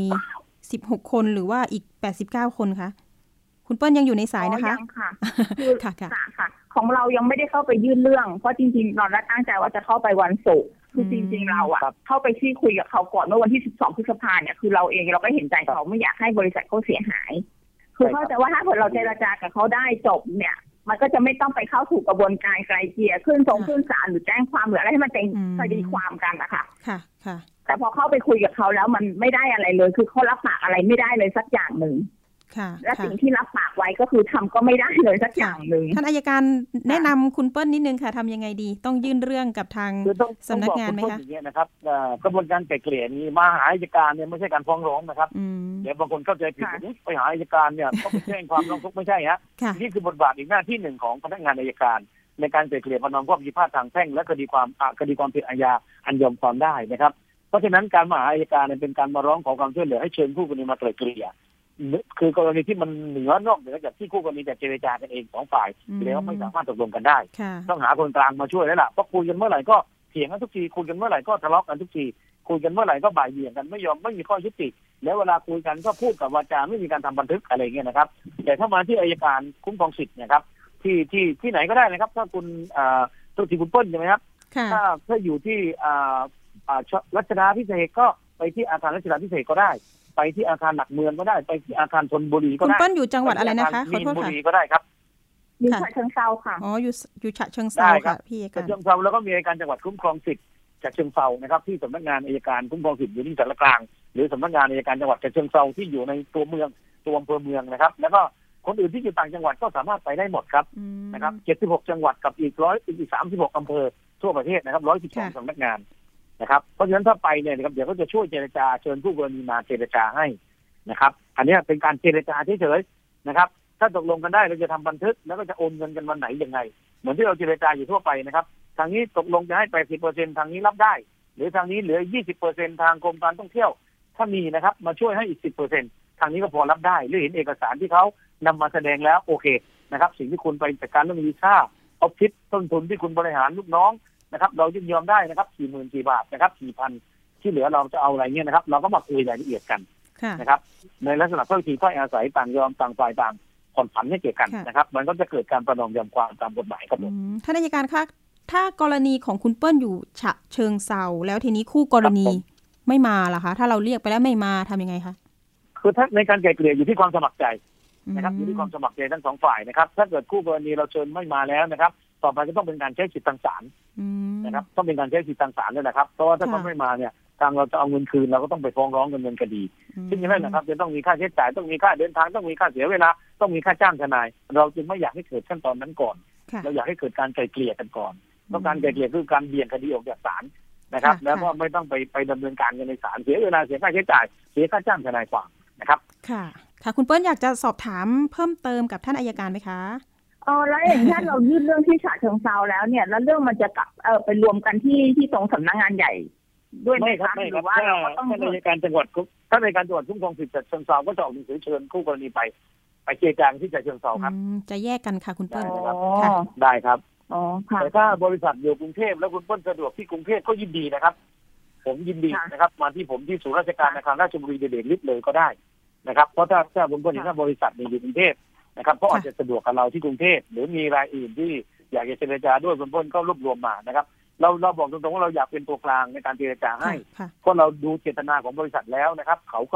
16คนหรือว่าอีก89คนคะคุณเปิ้ลยังอยู่ในสายนะคะยังค่ะค่ะของเรายังไม่ได้เข้าไปยื่นเรื่องเพราะจริงๆเราตั้งใจว่าจะเข้าไปวันศุกร์คือจริงๆเราอะเข้าไปที่คุยกับเขาก่อนเมื่อวันที่12พฤษภาคมเนี่ยคือเราเองเราก็เห็นใจเขาไม่อยากให้บริษัทเขาเสียหายคือเข้าใจว่าถ้าเกิดเราเจรจากับเขาได้จบเนี่ยมันก็จะไม่ต้องไปเข้าสู่กระบวนการไกลเกลี่ยขึ้นศาลหรือแจ้งความหรืออะไรให้มันเป็นคดีความกันนะคะค่ะแต่พอเข้าไปคุยกับเขาแล้วมันไม่ได้อะไรเลยคือเขารับปากอะไรไม่ได้เลยสักอย่างหนึ่งและสิ่งที่รับปากไว้ก็คือทำก็ไม่ได้เลยสักอย่างหนึ่งท่านอัยการแนะนำคุณเปิ้ลนิดนึงค่ะทำยังไงดีต้องยื่นเรื่องกับทางสำนักงานไหมคะอย่างนี้นะครับกระบวนการไกล่เกลี่ยนี้มาหาอัยการเนี่ยไม่ใช่การฟ้องร้องนะครับเดี๋ยวบางคนเข้าใจผิดไปหาอัยการเนี่ยต้องไปแจ้งความร้องทุกข์ไม่ใช่ฮะนี่คือบทบาทอีกหน้าที่หนึ่งของพนักงานอัยการในการไกล่เกลี่ยประนอมข้อพิพาททางแพ่งและคดีความผิดอาญาอันยอมความได้นะครับเพราะฉะนั้นการมาหาอัยการเป็นการมาร้องขอความช่วยเหลือให้เชิญผู้กรณีมาไกล่เกลี่ยคือกรณีที่มันนอกเหนือจากที่คู่กรณีจะเจรจากันเอง2ฝ่ายแล้วไม่สามารถตกลงกันได้ต้องหาคนกลางมาช่วยแล้วล่ะเพราะคุยกันเมื่อไหร่ก็เถียงกันทุกทีคุยกันเมื่อไหร่ก็ทะเลาะกันทุกทีคุยกันเมื่อไหร่ก็บ่ายเบี่ยงกันไม่มีข้อยุติแล้วเวลาคุยกันก็พูดกับวาจาไม่มีการทำบันทึกอะไรเงี้ยนะครับแต่ถ้ามาที่อัยการคุ้มครองสิทธิ์นะครับที่ไหนก็ได้นะครับถ้าคุณตัวที่คุณเปิ้ลใช่ไหมครับถ้าอยู่ที่รัชดาพิเศษก็ไปที่อาคารรัชดาพิเศษก็ได้ไปที่อาคารหลักเมืองก็ได้ไปที่อาคารธนบุรีก็ได้คุณเปิ้ลอยู่จังหวัดอะไรนะคะขอโทษค่ะมีนบุรีก็ได้ครับอยู่ฉะเชิงเทราค่ะอยู่ฉะเชิงเทราค่ะพี่อัยการฉะเชิงเทราแล้วก็มีอัยการจังหวัดคุ้มครองสิทธิ์ฉะเชิงเทรานะครับที่สำนักงานอัยการคุ้มครองสิทธิ์อยู่ที่สารกลางหรือสำนักงานอัยการจังหวัดฉะเชิงเทราที่อยู่ในตัวเมืองตัวอำเภอเมืองนะครับแล้วก็คนอื่นที่อยู่ต่างจังหวัดก็สามารถไปได้หมดครับนะครับ76จังหวัดกับอีก36อำเภอทั่วประเทศนะครับ112สำนักงานนะครับเพราะฉะนั้นถ้าไปเนี่ยนะครับเดี๋ยวก็จะช่วยเจรจาเชิญผู้กรณีมาเจรจาให้นะครับอันนี้เป็นการเจรจาเฉยๆนะครับถ้าตกลงกันได้เราจะทำบันทึกแล้วก็จะโอนเงินกันวันไหนยังไงเหมือนที่เราเจรจาอยู่ทั่วไปนะครับทางนี้ตกลงจะให้ 80% ทางนี้รับได้หรือทางนี้เหลือ 20% ทางกรมการท่องเที่ยวถ้ามีนะครับมาช่วยให้อีก 10% ทางนี้ก็พอรับได้หรือเห็นเอกสารที่เขานำมาแสดงแล้วโอเคนะครับสิ่งที่คุณไปจัดการเรื่องวีซ่าออฟฟิศต้นทุนที่คุณบริหารลูกน้องนะครับเรายินยอมได้นะครับ 40,000 บาทนะครับ 4,000 ที่เหลือเราจะเอาอะไรเงี้ยนะครับเราก็มาคุยรายละเอียดกันนะครับในลักษณะถ้อยทีถ้อยอาศัยต่างยอมต่างฝ่ายต่างผ่อนผันให้เกี่ยวกันนะครับมันก็จะเกิดการประนอมยอมความตามกฎหมายครับผมท่านอัยการคะถ้ากรณีของคุณเปิ้ลอยู่ฉะเชิงเทราแล้วทีนี้คู่กรณีไม่มาล่ะคะถ้าเราเรียกไปแล้วไม่มาทำยังไงคะคือถ้าในการไกล่เกลี่ยอยู่ที่ความสมัครใจนะครับอยู่ที่ความสมัครใจทั้ง2ฝ่ายนะครับถ้าเกิดคู่กรณีเราเชิญไม่มาแล้วนะครับต่อไปก็ต้องเป็นการใช้สิทธิทางศาลนะครับต้องเป็นการใช้สิทธิทางศาลเลยนะครับเพราะว่าถ้าเขาไม่มาเนี่ยทางเราจะเอาเงินคืนเราก็ต้องไปฟ้องร้องดำเนินคดีซึ่งอย่างนั้นนะครับจะต้องมีค่าใช้จ่ายต้องมีค่าเดินทางต้องมีค่าเสียเวลาต้องมีค่าจ้างทนายเราจึงไม่อยากให้เกิดขั้นตอนนั้นก่อนเราอยากให้เกิดการไกล่เกลี่ยกันก่อนต้องการไกล่เกลี่ยคือการเบี่ยงคดีออกจากศาลนะครับแล้วก็ไม่ต้องไปดำเนินการกันในศาลเสียเวลาเสียค่าใช้จ่ายเสียค่าจ้างทนายความนะครับค่ะคุณเปิ้ลอยากจะสอบถามเพิ่มเติมกับท่านอัยการไหมคะแล้วอย่างที่เรายื่นเรื่องที่ฉะเชิงเทราแล้วเนี่ยแล้วเรื่องมันจะกลับไปรวมกันที่ตรงสำนักงานใหญ่ด้วยไหมคะหรือว่าเราก็ต้องในการจังหวัดถ้าในการจังหวัดคุ้มครองสิทธิ์ฉะเชิงเทราก็จะออกหนังสือเชิญคู่กรณีไปเจรจาที่ฉะเชิงเทราครับจะแยกกันค่ะคุณเปิ้ลได้ครับแต่ถ้าบริษัทอยู่กรุงเทพแล้วคุณเปิ้ลสะดวกที่กรุงเทพก็ยินดีนะครับผมยินดีนะครับมาที่ผมที่ศูนย์ราชการอาคารราชบุรีเดชฤทธิ์เลยก็ได้นะครับเพราะถ้าคุณเปิ้ลเห็นว่าบริษัทอยู่กรุงเทพนะครับก็อาจจะสะดวกกับเราที่กรุงเทพหรือมีรายอื่นที่อยากจะเจรจาด้วยคุณเปิ้ลก็รวบรวมมานะครับเราบอกตรงๆว่าเราอยากเป็นตัวกลางในการเจรจาให้เพราะเราดูเจตนาของบริษัทแล้วนะครับเขาก็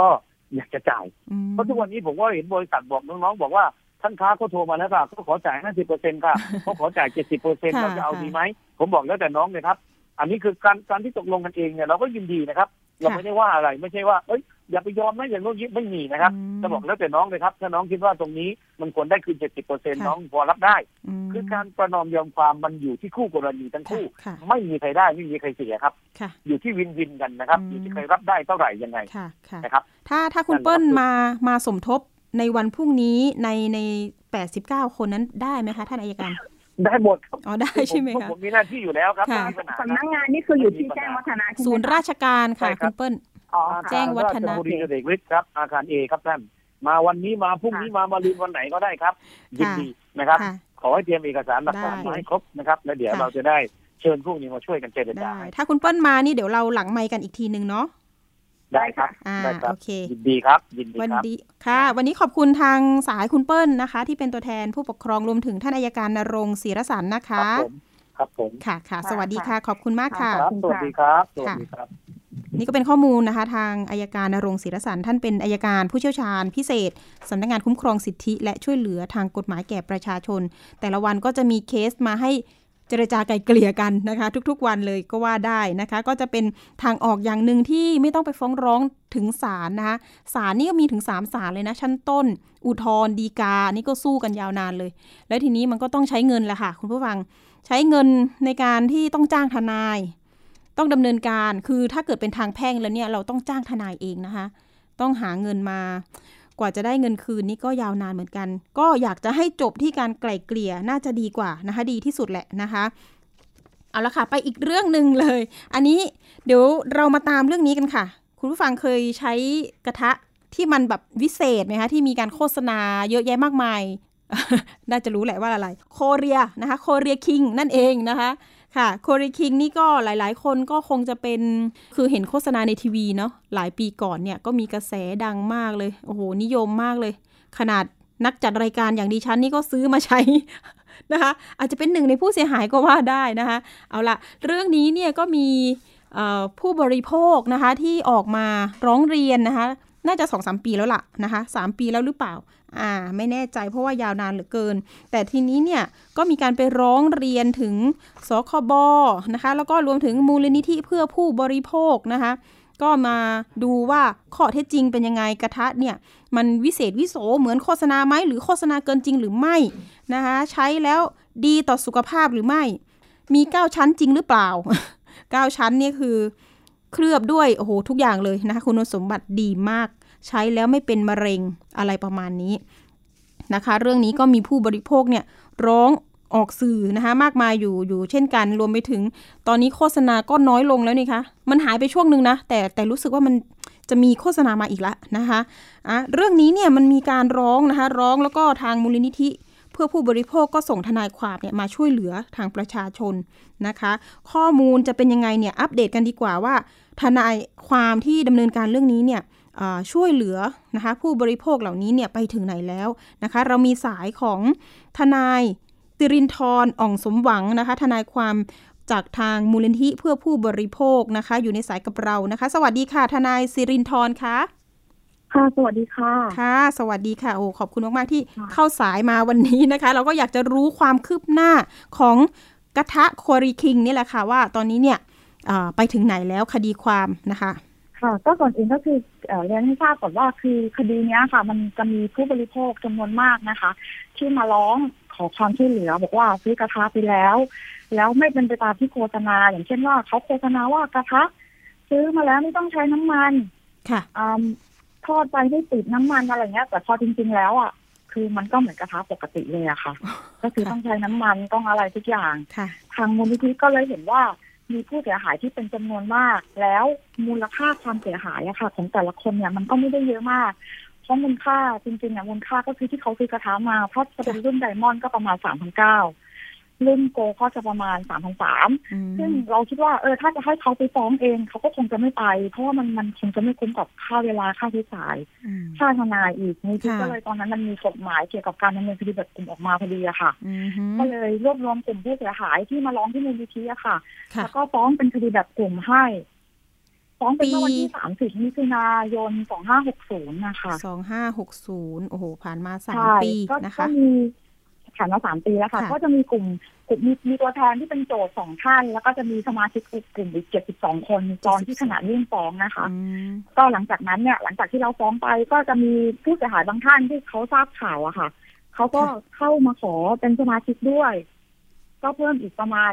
อยากจะจ่ายเพราะทุกวันนี้ผมก็เห็นบริษัทบอกน้องๆบอกว่าท่านค้าเขาโทรมาแล้วค่ะเขาขอจ่าย 50% ค่ะเขาขอจ่าย 70% เราจะเอาดีไหมผมบอกแล้วแต่น้องเลยครับอันนี้คือการที่ตกลงกันเองเนี่ยเราก็ยินดีนะครับเราไม่ได้ว่าอะไรไม่ใช่ว่าอย่าไปยอมนะอย่างโน้นไม่มีนะครับจะบอกแล้วแต่น้องเลยครับถ้าน้องคิดว่าตรงนี้มันควรได้คืน 70% น้องพอรับได้คือการประนอมยอมความมันอยู่ที่คู่กรณีทั้งคู่ไม่มีใครได้ไม่มีใครเสียครับอยู่ที่วินกันนะครับอยู่ที่ใครรับได้เท่าไหร่ยังไงนะครับถ้าคุณเปิ้ลมาสมทบในวันพรุ่งนี้ใน89คนนั้นได้ไหมคะท่านอัยการได้หมดครับได้ใช่ไหมคะผมมีหน้าที่อยู่แล้วครับสำนักงานนี่คืออยู่ที่แจ้งวัฒนะศูนย์ราชการค่ะคุณเปิ้ลแจ้งวัฒนะบุรีเด็กฤทธิ์ครับอาคาร A ครับท่านมาวันนี้มาพรุ่งนี้มาลืนวันไหนก็ได้ครับยินดีนะครับขอให้เตรียมเอกสารหลักฐานมาให้ครบนะครับแล้วเดี๋ยวเราจะได้เชิญพวกนี้มาช่วยกันเจรจาถ้าคุณเปิ้ลมานี่เดี๋ยวเราหลังไมค์กันอีกทีนึงเนาะได้ครับโอเคยินดีครับยินดีครับค่ะวันนี้ขอบคุณทางสายคุณเปิ้ลนะคะที่เป็นตัวแทนผู้ปกครองรวมถึงท่านอัยการณรงค์ศิรสันต์นะคะครับผมค่ะสวัสดีค่ะขอบคุณมากค่ะสวัสดีครับสวัสดีครับนี่ก็เป็นข้อมูลนะคะทางอัยการณรงค์ศิรสันต์ท่านเป็นอัยการผู้เชี่ยวชาญพิเศษสำนักงานคุ้มครองสิทธิและช่วยเหลือทางกฎหมายแก่ประชาชนแต่ละวันก็จะมีเคสมาให้เจรจาไกลเกลี่ยกันนะคะทุกๆวันเลยก็ว่าได้นะคะก็จะเป็นทางออกอย่างหนึ่งที่ไม่ต้องไปฟ้องร้องถึงศาลนะคะศาลนี่ก็มีถึง3ศาลเลยนะชั้นต้นอุทธรณ์ฎีกานี่ก็สู้กันยาวนานเลยแล้วทีนี้มันก็ต้องใช้เงินแหละค่ะคุณผู้ฟังใช้เงินในการที่ต้องจ้างทนายต้องดำเนินการคือถ้าเกิดเป็นทางแพ่งแล้วเนี่ยเราต้องจ้างทนายเองนะคะต้องหาเงินมากว่าจะได้เงินคืนนี่ก็ยาวนานเหมือนกันก็อยากจะให้จบที่การไกล่เกลี่ยน่าจะดีกว่านะคะดีที่สุดแหละนะคะเอาละค่ะไปอีกเรื่องนึงเลยอันนี้เดี๋ยวเรามาตามเรื่องนี้กันค่ะคุณผู้ฟังเคยใช้กระทะที่มันแบบวิเศษไหมคะที่มีการโฆษณาเยอะแยะมากมายน่าจะรู้แหละว่าอะไรโคเรียนะคะโคเรียคิงนั่นเองนะคะค่ะโคเรียคิงนี่ก็หลายๆคนก็คงจะเป็นคือเห็นโฆษณาในทีวีเนาะหลายปีก่อนเนี่ยก็มีกระแสดังมากเลยโอ้โหนิยมมากเลยขนาดนักจัดรายการอย่างดิฉันนี่ก็ซื้อมาใช้นะคะอาจจะเป็นหนึ่งในผู้เสียหายก็ว่าได้นะคะเอาละเรื่องนี้เนี่ยก็มีผู้บริโภคนะคะที่ออกมาร้องเรียนนะคะน่าจะ 2-3 ปีแล้วล่ะนะคะ3 ปีแล้วหรือเปล่าไม่แน่ใจเพราะว่ายาวนานเหลือเกินแต่ทีนี้เนี่ยก็มีการไปร้องเรียนถึงสคบนะคะแล้วก็รวมถึงมูลนิธิเพื่อผู้บริโภคนะคะก็มาดูว่าข้อเท็จจริงเป็นยังไงกระทะเนี่ยมันวิเศษวิโสเหมือนโฆษณาไหมหรือโฆษณาเกินจริงหรือไม่นะคะใช้แล้วดีต่อสุขภาพหรือไม่มี9ชั้นจริงหรือเปล่า9ชั้นนี่คือเคลือบด้วยโอ้โหทุกอย่างเลยนะคะคุณสมบัติดีมากใช้แล้วไม่เป็นมะเร็งอะไรประมาณนี้นะคะเรื่องนี้ก็มีผู้บริโภคเนี่ยร้องออกสื่อนะคะมากมายอยู่เช่นกันรวมไปถึงตอนนี้โฆษณาก็น้อยลงแล้วนี่คะมันหายไปช่วงนึงนะแต่รู้สึกว่ามันจะมีโฆษณามาอีกแล้วนะคะเรื่องนี้เนี่ยมันมีการร้องนะคะร้องแล้วก็ทางมูลนิธิเพื่อผู้บริโภคก็ส่งทนายความเนี่ยมาช่วยเหลือทางประชาชนนะคะข้อมูลจะเป็นยังไงเนี่ยอัปเดตกันดีกว่าว่าทนายความที่ดำเนินการเรื่องนี้เนี่ยช่วยเหลือนะคะผู้บริโภคเหล่านี้เนี่ยไปถึงไหนแล้วนะคะเรามีสายของทนายสิรินทร์อ่องสมหวังนะคะทนายความจากทางมูลนิธิเพื่อผู้บริโภคนะคะอยู่ในสายกับเรานะคะสวัสดีค่ะทนายสิรินทร์ค่ะค่ะสวัสดีค่ะค่ะสวัสดีค่ะโอ้ขอบคุณมากๆที่เข้าสายมาวันนี้นะคะเราก็อยากจะรู้ความคืบหน้าของกระทะโคเรียคิงนี่แหละค่ะว่าตอนนี้เนี่ยไปถึงไหนแล้วคดีความนะคะค่ะก็ก่อนอื่นก็คือเรียนให้ทราบก่อนว่าคือคดีนี้ค่ะมันจะมีผู้บริโภคจำนวนมากนะคะที่มาร้องขอความช่วยเหลือบอกว่าซื้อกระทะไปแล้วไม่เป็นไปตามที่โฆษณาอย่างเช่นว่าเขาโฆษณาว่ากระทะซื้อมาแล้วไม่ต้องใช้น้ำมันค่ะทอดไปไม่ติดน้ำมันอะไรเงี้ยแต่พอจริงๆแล้วอ่ะคือมันก็เหมือนกระทะปกติเลยอะค่ะก็คือต้องใช้น้ำมันต้องอะไรทุกอย่างทางมูลนิธิก็เลยเห็นว่ามีผู้เสียหายที่เป็นจำนวนมากแล้วมูลค่าความเสียหายอะค่ะของแต่ละคนเนี่ยมันก็ไม่ได้เยอะมากเพราะมูลค่าจริงๆเนี่ยมูลค่าก็คือที่เขาซื้อกระทะมาเพราะจะเป็นรุ่นไดมอนด์ก็ประมาณ 3,900 รุ่นโกก็จะประมาณ 3,300 ซึ่งเราคิดว่าถ้าจะให้เขาไปฟ้องเองเขาก็คงจะไม่ไปเพราะว่ามันคงจะไม่คุ้มกับค่าเวลาค่าใช้จ่ายค่าทนายอีกนี่ก็เลยตอนนั้นมันมีกฎหมายเกี่ยวกับการดำเนินคดีแบบกลุ่มออกมาพอดีอะค่ะก็เลยรวบรวมกลุ่มผู้เสียหายที่มาร้องที่มูลนิธิอะค่ะแล้วก็ฟ้องเป็นคดีแบบกลุ่มให้ฟ้องเป็นเมื่อวันที่30 มิถุนายน 2560นะคะ 2560โอ้โหผ่านมา3 ปีนะคะก็มีผ่านมา3 ปีแล้วค่ะก็จะมีกลุ่มมีตัวแทนที่เป็นโจทย์2 ท่านแล้วก็จะมีสมาชิกกลุ่มอีก72 คนตอนที่ขณะยื่นฟ้องนะคะก็หลังจากนั้นเนี่ยหลังจากที่เราฟ้องไปก็จะมีผู้เสียหายบางท่านที่เขาทราบข่าวอะค่ะเขาก็เข้ามาขอเป็นสมาชิกด้วยก็เพิ่มอีกประมาณ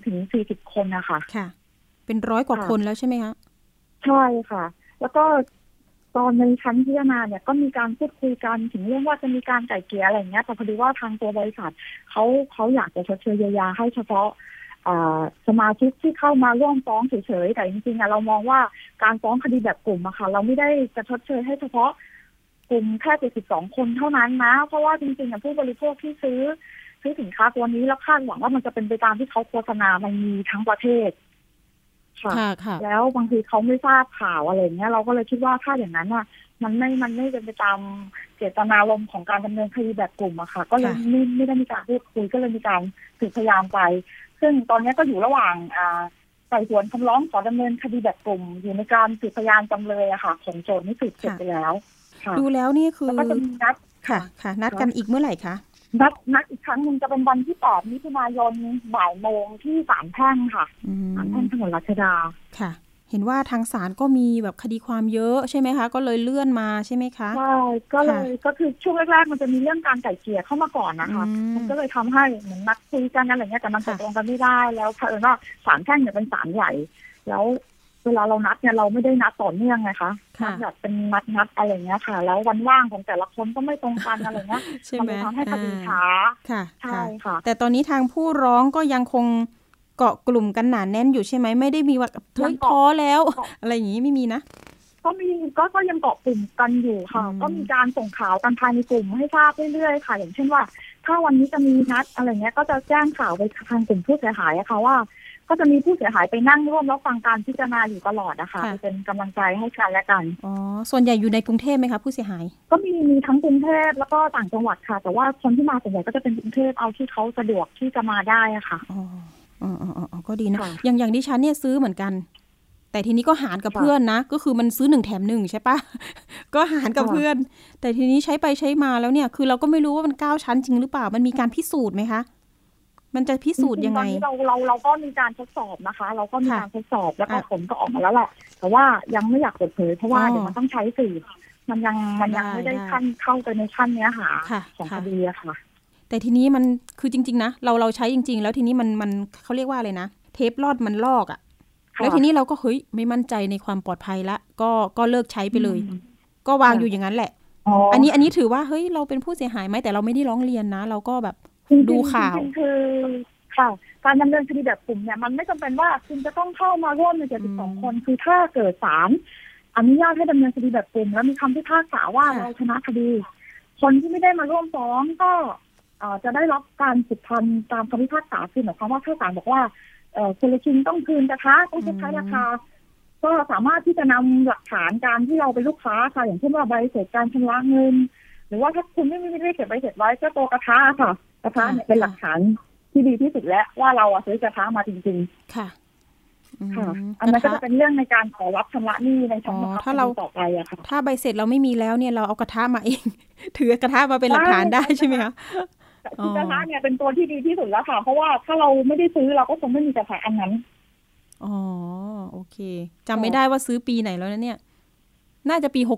30-40 คนนะคะค่ะเป็น100 กว่าคนแล้วใช่ไหมคะใช่ค่ะแล้วก็ตอนในชั้นพิจารณาเนี่ยก็มีการพูดคุยกันถึงเรื่องว่าจะมีการไกล่เกลี่ยอะไรอย่างเงี้ยแต่พอดีว่าทางตัวบริษัทเขาอยากจะชดเชยเยียวยาให้เฉพาะสมาชิกที่เข้ามาร่วมฟ้องเฉยๆแต่จริงๆเรามองว่าการฟ้องคดีแบบกลุ่มอะค่ะเราไม่ได้จะชดเชยให้เฉพาะกลุ่มแค่72 คนเท่านั้นนะเพราะว่าจริงๆผู้บริโภคที่ซื้อสินค้าตัวนี้แล้วคาดหวังว่ามันจะเป็นไปตามที่เขาโฆษณามันมีทั้งประเทศค่ะแล้วบางทีเขาไม่ทราบข่าวอะไรเงี้ยเราก็เลยคิดว่าถ้าอย่างนั้นอ่ะมันไม่เป็นไปตามเจตนารมณ์ของการดำเนินคดีแบบกลุ่มอะค่ะก็เลยไม่ได้มีการพูดคุยก็เลยมีการสืบพยานไปซึ่งตอนนี้ก็อยู่ระหว่างไต่สวนคำร้องขอดำเนินคดีแบบกลุ่มอยู่ในการสืบพยานจำเลยอะค่ะของโจทย์นี่สืบเสร็จไปแล้วดูแล้วนี่คือแล้วก็จะมีนัดค่ะนัดกันอีกเมื่อไหร่คะนัดอีกครั้งนึงจะเป็นวันที่8 มิถุนายนบ่ายโมงที่ศาลแพ่งค่ะศาลแพ่งถนนรัชดาค่ะเห็นว่าทางศาลก็มีแบบคดีความเยอะใช่ไหมคะก็เลยเลื่อนมาใช่ไหมคะใช่ก็คือช่วงแรกๆมันจะมีเรื่องการไกล่เกลี่ยเข้ามาก่อนนะคะมันก็เลยทำให้เหมือนนัดคุยกันอะไรเงี้ยแต่มันตกลงกันไม่ได้แล้วเผอิญว่าศาลแพ่งเนี่ยเป็นศาลใหญ่แล้วเวลาเรานัดเนี่ยเราไม่ได้นัดต่อเนื่องไงคะนัดแบบเป็นนัดอะไรเงี้ยค่ะแล้ววันว่างของแต่ละคนก็ไม่ตรงกันอะไรเงี้ยมันเลยทำให้คดีช้าค่ะใช่ค่ะแต่ตอนนี้ทางผู้ร้องก็ยังคงเกาะกลุ่มกันหนาแน่นอยู่ใช่ไหมไม่ได้มีว่าท้อแล้วอะไรอย่างนี้ไม่มีนะก็มีก็ยังเกาะกลุ่มกันอยู่ค่ะก็มีการส่งข่าวกันภายในกลุ่มให้ทราบเรื่อยๆค่ะอย่างเช่นว่าถ้าวันนี้จะมีนัดอะไรเงี้ยก็จะแจ้งข่าวไปทางกลุ่มผู้เสียหายอะค่ะว่าก็จะมีผู้เสียหายไปนั่งร่วมรับฟังการพิจารณาอยู่ตลอดนะคะเป็นกำลังใจให้กันและกันอ๋อส่วนใหญ่อยู่ในกรุงเทพไหมคะผู้เสียหายก็มีทั้งกรุงเทพแล้วก็ต่างจังหวัดค่ะแต่ว่าคนที่มาส่วนใหญ่ก็จะเป็นกรุงเทพเอาที่เขาสะดวกที่จะมาได้อะค่ะอ๋อก็ดีนะอย่างดิฉันเนี่ยซื้อเหมือนกันแต่ทีนี้ก็หารกับเพื่อนนะก็คือมันซื้อ1 แถม 1ใช่ปะก็หารกับเพื่อนแต่ทีนี้ใช้ไปใช้มาแล้วเนี่ยคือเราก็ไม่รู้ว่ามัน9 ชั้นจริงหรือเปล่ามันมีการพิสูจน์ไหมคะมันจะพิสูจน์ยังไงตอนนี้เราก็มีการทดสอบนะคะเราก็มีการทดสอบแล้วก็ผลก็ออกมาแล้วแหละแต่ว่ายังไม่อยากเปิดเผยเพราะว่าเดี๋ยวมันต้องใช้สื่อมันยังไม่ได้ขั้นเข้าไปในขั้นเนื้อหาของคดีอะค่ะแต่ทีนี้มันคือจริงๆนะเราใช้จริงๆแล้วทีนี้มันเขาเรียกว่าอะไรนะเทปรอดมันลอกอะแล้วทีนี้เราก็เฮ้ยไม่มั่นใจในความปลอดภัยละก็เลิกใช้ไปเลยก็วางอยู่อย่างนั้นแหละอันนี้ถือว่าเฮ้ยเราเป็นผู้เสียหายไหมแต่เราไม่ได้ร้องเรียนนะเราก็แบบดูข่าวคือค่ะการดำเนินคดีแบบกลุ่มเนี่ยมันไม่จำเป็นว่าคุณจะต้องเข้ามาร่วมใน72 คนคือถ้าเกิดศาลอนุญาตให้ดำเนินคดีแบบกลุ่มแล้วมีคำพิพากษาว่าเราชนะคดีคนที่ไม่ได้มาร่วมฟ้องก็จะได้รับการสืบพันตามคำพิพากษาคือหมายความว่าถ้าศาลบอกว่าคุณละชินต้องคืนกระทะต้องชดใช้ราคาก็สามารถที่จะนำหลักฐานการที่เราเป็นลูกค้าค่ะอย่างเช่นว่าใบเสร็จการชำระเงินหรือว่าถ้าคุณไม่ได้เก็บใบเสร็จไว้ก็ตัวกระทะค่ะกระทะเนี่ยเป็นหลักฐานที่ดีที่สุดแล้วว่าเราซื้อกระทะมาจริงๆค่ะอันนั้นก็จะเป็นเรื่องในการขอรับชำระหนี้ในชั้นถ้าเราต่อไปอะค่ะถ้าใบเสร็จเราไม่มีแล้วเนี่ยเราเอากระทะมาเองถือกระทะมาเป็นหลักฐานได้ใช่ไหมคะกระทะเนี่ยเป็นตัวที่ดีที่สุดแล้วค่ะเพราะว่าถ้าเราไม่ได้ซื้อเราก็คงไม่มีกระทะอันนั้นอ๋อโอเคจำไม่ได้ว่าซื้อปีไหนแล้วนะเนี่ยน่าจะปี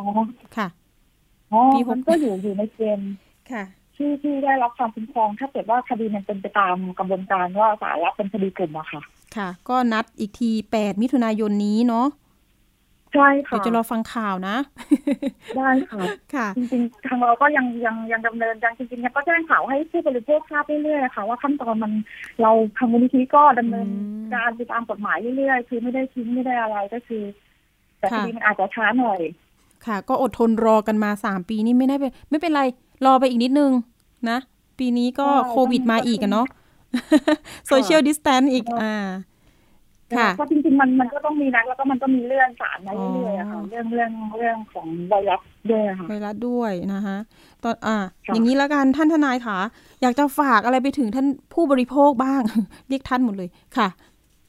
61ค่ะปี6ก็อยู่ในเกณฑ์ค่ะที่ได้รับความคุ้มครองถ้าเกิดว่าคดีมันเป็นไปตามกระบวนการว่าศาลรับเป็นคดีกลุ่มอะค่ะค่ะก็นัดอีกที8 มิถุนายนนี้เนาะใช่ค่ะเดี๋ยวจะรอฟังข่าวนะได้ค่ะค่ะจริงๆทางเราก็ยังดำเนินจริงๆก็แจ้งข่าวให้ผู้บริโภคทราบเรื่อยๆค่ะว่าขั้นตอนมันเราทางมูลนิธิก็ดำเนินการตามกฎหมายเรื่อยๆคือไม่ได้ทิ้งไม่ได้อะไรก็คือแต่คดีมันอาจจะช้าหน่อยค่ะก็อดทนรอกันมา3 ปีนี่ไม่เป็นไรรอไปอีกนิดนึงนะปีนี้ก็โควิดมาอีกกันเนาะโซเชียลดิสแทนซ์อีกค่ะเพราะจริงๆมันก็ต้องมีนักแล้วก็มันก็มีเรื่องศาลมาเรื่อยๆค่ะเรื่องของไวรัสด้วยค่ะไวรัสด้วยนะคะตอนอย่างนี้แล้วกันท่านทนายค่ะอยากจะฝากอะไรไปถึงท่านผู้บริโภคบ้างเรียกท่านหมดเลยค่ะ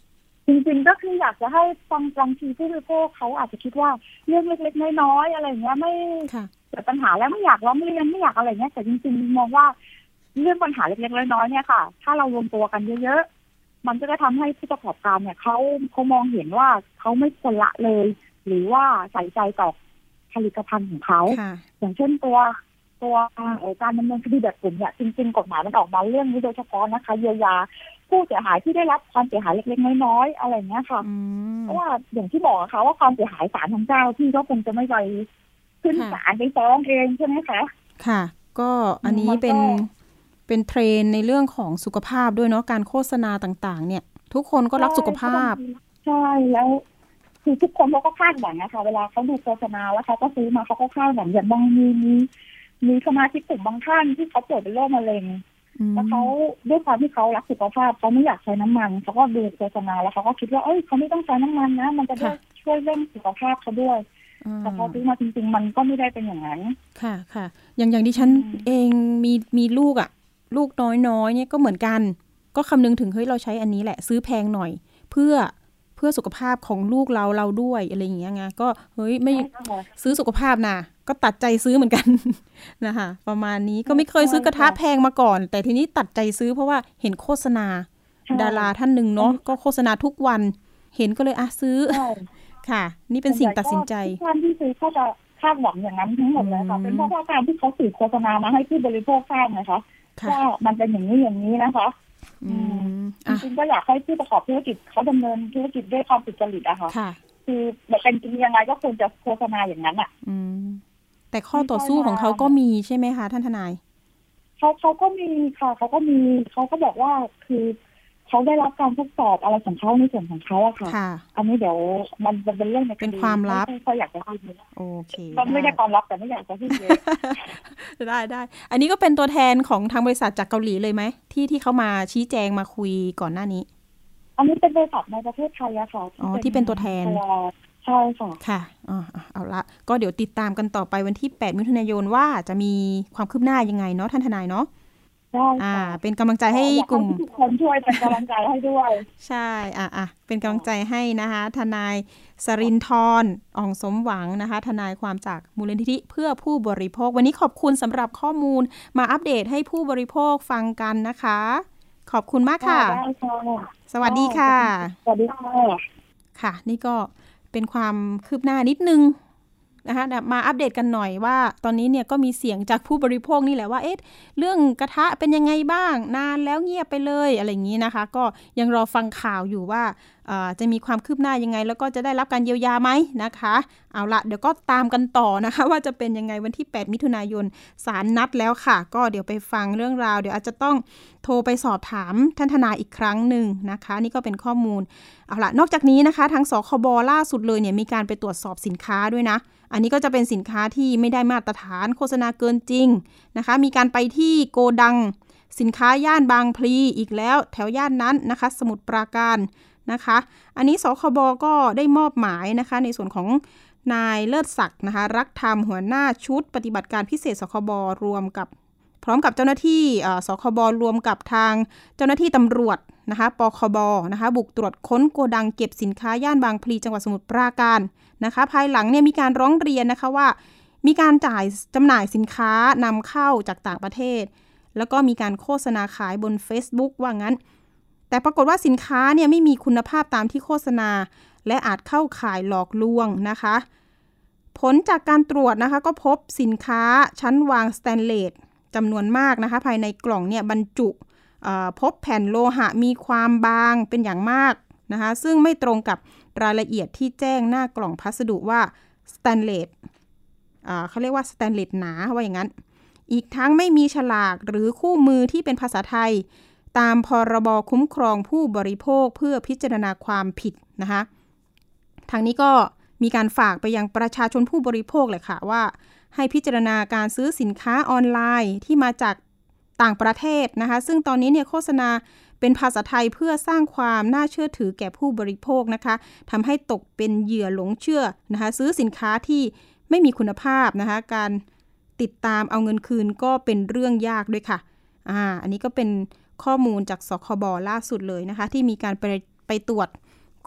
จริงๆก็คืออยากจะให้บางทีผู้บริโภคเขาอาจจะคิดว่าเรื่องเล็กๆน้อยๆอะไรเงี้ยไม่เกิดปัญหาแล้วไม่อยากร้องเรียนไม่อยากอะไรเงี้ยแต่จริงๆมองว่าเรื่องปัญหาเล็กๆน้อยๆเนี่ยค่ะถ้าเรารวมตัวกันเยอะๆมันก็จะทำให้ผู้ประกอบการเนี่ยเขามองเห็นว่าเขาไม่ควรละเลยหรือว่าใส่ใจต่อผลิตภัณฑ์ของเขาอย่างเช่นตัวการดำเนินคดีแบบกลุ่มเนี่ยจริงๆกฎหมายมันออกมาเรื่องนี้โดยเฉพาะนะคะเยียวยาผู้เสียหายที่ได้รับความเสียหายเล็กๆน้อยๆอะไรเงี้ยค่ะเพราะว่าอย่างที่บอกค่ะว่าความเสียหายศาลทางเจ้าที่ก็คงจะไม่ไปขึ้นศาลไปฟ้องเองใช่ไหมคะค่ะก็อันนี้เป็นเทรนในเรื่องของสุขภาพด้วยเนาะการโฆษณาต่างๆเนี่ยทุกคนก็รักสุขภาพใช่แล้วคือทุกคนเขาก็คาดหวังนะคะเวลาเขาดูโฆษณาแล้วเขาก็ซื้อมาเขาก็คาดหวังอย่างบางมีสมาชิกกลุ่มบางท่านที่เขาป่วยเป็นโรคมะเร็งแล้วเขาด้วยความที่เขารักสุขภาพเขาไม่อยากใช้น้ำมันเขาก็ดูโฆษณาแล้วเขาก็คิดว่าเขาไม่ต้องใช้น้ำมันนะมันจะช่วยเรื่องสุขภาพเขาด้วยแต่พอซื้อมาจริงๆมันก็ไม่ได้เป็นอย่างนั้นค่ะค่ะอย่างดิฉันเองมีลูกลูกน้อยๆเนี่ยก็เหมือนกันก็คำนึงถึงเราใช้อันนี้แหละซื้อแพงหน่อยเพื่อสุขภาพของลูกเราด้วยอะไรอย่างเงี้ยไงก็ไม่ซื้อสุขภาพนะก็ตัดใจซื้อเหมือนกันนะคะประมาณนี้ก็ไม่เคยซื้อกระทะแพงมาก่อนแต่ทีนี้ตัดใจซื้อเพราะว่าเห็นโฆษณาดาราท่านหนึ่งเนาะก็โฆษณาทุกวันเห็นก็เลยซื้อค่ะนี่เป็นสิ่งตัดสินใจท่านที่ซื้อเขาจะคาดหวังอย่างนั้นทั้งหมดเลยค่ะเป็นเพราะว่าการที่เขาสื่อโฆษณามาให้ผู้บริโภคทราบนะคะว่ามันเป็นอย่างนี้นะคะจริงๆก็อยากให้ผู้ประกอบธุรกิจเขาดำเนินธุรกิจด้วยความสุจริตอะค่ะคือแบบเป็นจริงยังไงก็ควรจะโฆษณาอย่างนั้นอะแต่ข้อต่อสู้ของเขาก็มีใช่ไหมคะท่านทนายเขาก็มีค่ะเขาก็บอกว่าคือเขาได้รับการทดสอบอะไรของเขาในส่วนของเขาอะค่ะอันนี้เดี๋ยวมันเป็นเรื่องในเป็นความลับเขาอยากจะพูดโอเคมันไม่ได้ความลับแต่ไม่อยากจะพูดเยอะได้อันนี้ก็เป็นตัวแทนของทางบริษัทจากเกาหลีเลยไหมที่เขามาชี้แจงมาคุยก่อนหน้านี้อันนี้เป็นบริษัทในประเทศไทยอะค่ะที่เป็นตัวแทนใช่ค่ะค่ะเอาละก็เดี๋ยวติดตามกันต่อไปวันที่8มิถุนายนว่าจะมีความคืบหน้ายังไงเนาะท่านทนายเนาะเป็นกำลังใจให้กลุ่มทุกคนช่วยเป็นกำลังใจให้ด้วยใช่เป็นกำลังใจให้นะคะทนายสรินทร์อ่องสมหวังนะคะทนายความจากมูลนิธิเพื่อผู้บริโภควันนี้ขอบคุณสำหรับข้อมูลมาอัปเดตให้ผู้บริโภคฟังกันนะคะขอบคุณมากค่ะสวัสดีค่ะสวัสดีค่ะนี่ก็เป็นความคืบหน้านิดนึงนะคะมาอัปเดตกันหน่อยว่าตอนนี้เนี่ยก็มีเสียงจากผู้บริโภคนี่แหละว่าเรื่องกระทะเป็นยังไงบ้างนานแล้วเงียบไปเลยอะไรอย่างนี้นะคะก็ยังรอฟังข่าวอยู่ว่าจะมีความคืบหน้ายังไงแล้วก็จะได้รับการเยียวยาไหมนะคะเอาละเดี๋ยวก็ตามกันต่อนะคะว่าจะเป็นยังไงวันที่8มิถุนายนศาลนัดแล้วค่ะก็เดี๋ยวไปฟังเรื่องราวเดี๋ยวอาจจะต้องโทรไปสอบถามท่านทนายอีกครั้งหนึ่งนะคะนี่ก็เป็นข้อมูลเอาละนอกจากนี้นะคะทางสคบล่าสุดเลยเนี่ยมีการไปตรวจสอบสินค้าด้วยนะอันนี้ก็จะเป็นสินค้าที่ไม่ได้มาตรฐานโฆษณาเกินจริงนะคะมีการไปที่โกดังสินค้าย่านบางพลีอีกแล้วแถวย่านนั้นนะคะสมุทรปราการนะคะอันนี้สคบก็ได้มอบหมายนะคะในส่วนของนายเลิศศักดิ์นะคะรักธรรมหัวหน้าชุดปฏิบัติการพิเศษสคบพร้อมกับเจ้าหน้าที่สคบรวมกับทางเจ้าหน้าที่ตำรวจนะคะปคบนะคะบุกตรวจค้นโกดังเก็บสินค้าย่านบางพลีจังหวัดสมุทรปราการนะคะภายหลังเนี่ยมีการร้องเรียนนะคะว่ามีการจำหน่ายสินค้านำเข้าจากต่างประเทศแล้วก็มีการโฆษณาขายบน Facebook ว่างั้นแต่ปรากฏว่าสินค้าเนี่ยไม่มีคุณภาพตามที่โฆษณาและอาจเข้าข่ายหลอกลวงนะคะผลจากการตรวจนะคะก็พบสินค้าชั้นวางสแตนเลสจำนวนมากนะคะภายในกล่องเนี่ยบรรจุพบแผ่นโลหะมีความบางเป็นอย่างมากนะคะซึ่งไม่ตรงกับรายละเอียดที่แจ้งหน้ากล่องพัสดุว่าสแตนเลสเขาเรียกว่าสแตนเลสหนาว่าอย่างนั้นอีกทั้งไม่มีฉลากหรือคู่มือที่เป็นภาษาไทยตามพรบคุ้มครองผู้บริโภคเพื่อพิจารณาความผิดนะคะทางนี้ก็มีการฝากไปยังประชาชนผู้บริโภคเลยค่ะว่าให้พิจารณาการซื้อสินค้าออนไลน์ที่มาจากต่างประเทศนะคะซึ่งตอนนี้เนี่ยโฆษณาเป็นภาษาไทยเพื่อสร้างความน่าเชื่อถือแก่ผู้บริโภคนะคะทำให้ตกเป็นเหยื่อหลงเชื่อนะคะซื้อสินค้าที่ไม่มีคุณภาพนะคะการติดตามเอาเงินคืนก็เป็นเรื่องยากด้วยค่ะอันนี้ก็เป็นข้อมูลจากสคบล่าสุดเลยนะคะที่มีการไปตรวจโก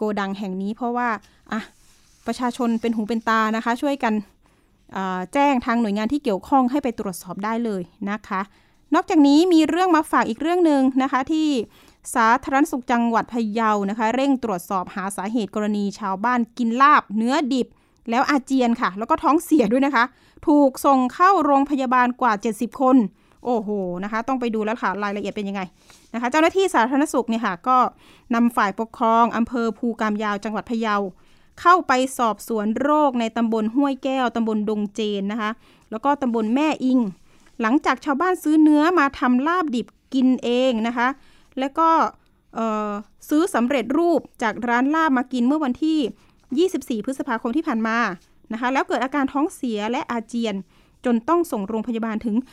กดังแห่งนี้เพราะว่าประชาชนเป็นหูเป็นตานะคะช่วยกันแจ้งทางหน่วยงานที่เกี่ยวข้องให้ไปตรวจสอบได้เลยนะคะนอกจากนี้มีเรื่องมาฝากอีกเรื่องนึงนะคะที่สาธารณสุขจังหวัดพะเยานะคะเร่งตรวจสอบหาสาเหตุกรณีชาวบ้านกินลาบเนื้อดิบแล้วอาเจียนค่ะแล้วก็ท้องเสียด้วยนะคะถูกส่งเข้าโรงพยาบาลกว่า70คนโอ้โหนะคะต้องไปดูแล้วค่ะรายละเอียดเป็นยังไงนะคะเจ้าหน้าที่สาธารณสุขเนี่ยค่ะก็นำฝ่ายปกครองอำเภอภูกามยาวจังหวัดพะเยาเข้าไปสอบสวนโรคในตำบลห้วยแก้วตำบลดงเจนนะคะแล้วก็ตำบลแม่อิงหลังจากชาวบ้านซื้อเนื้อมาทำลาบดิบกินเองนะคะแล้วก็ซื้อสำเร็จรูปจากร้านลาบมากินเมื่อวันที่24พฤษภาคมที่ผ่านมานะคะแล้วเกิดอาการท้องเสียและอาเจียนจนต้องส่งโรงพยาบาลถึง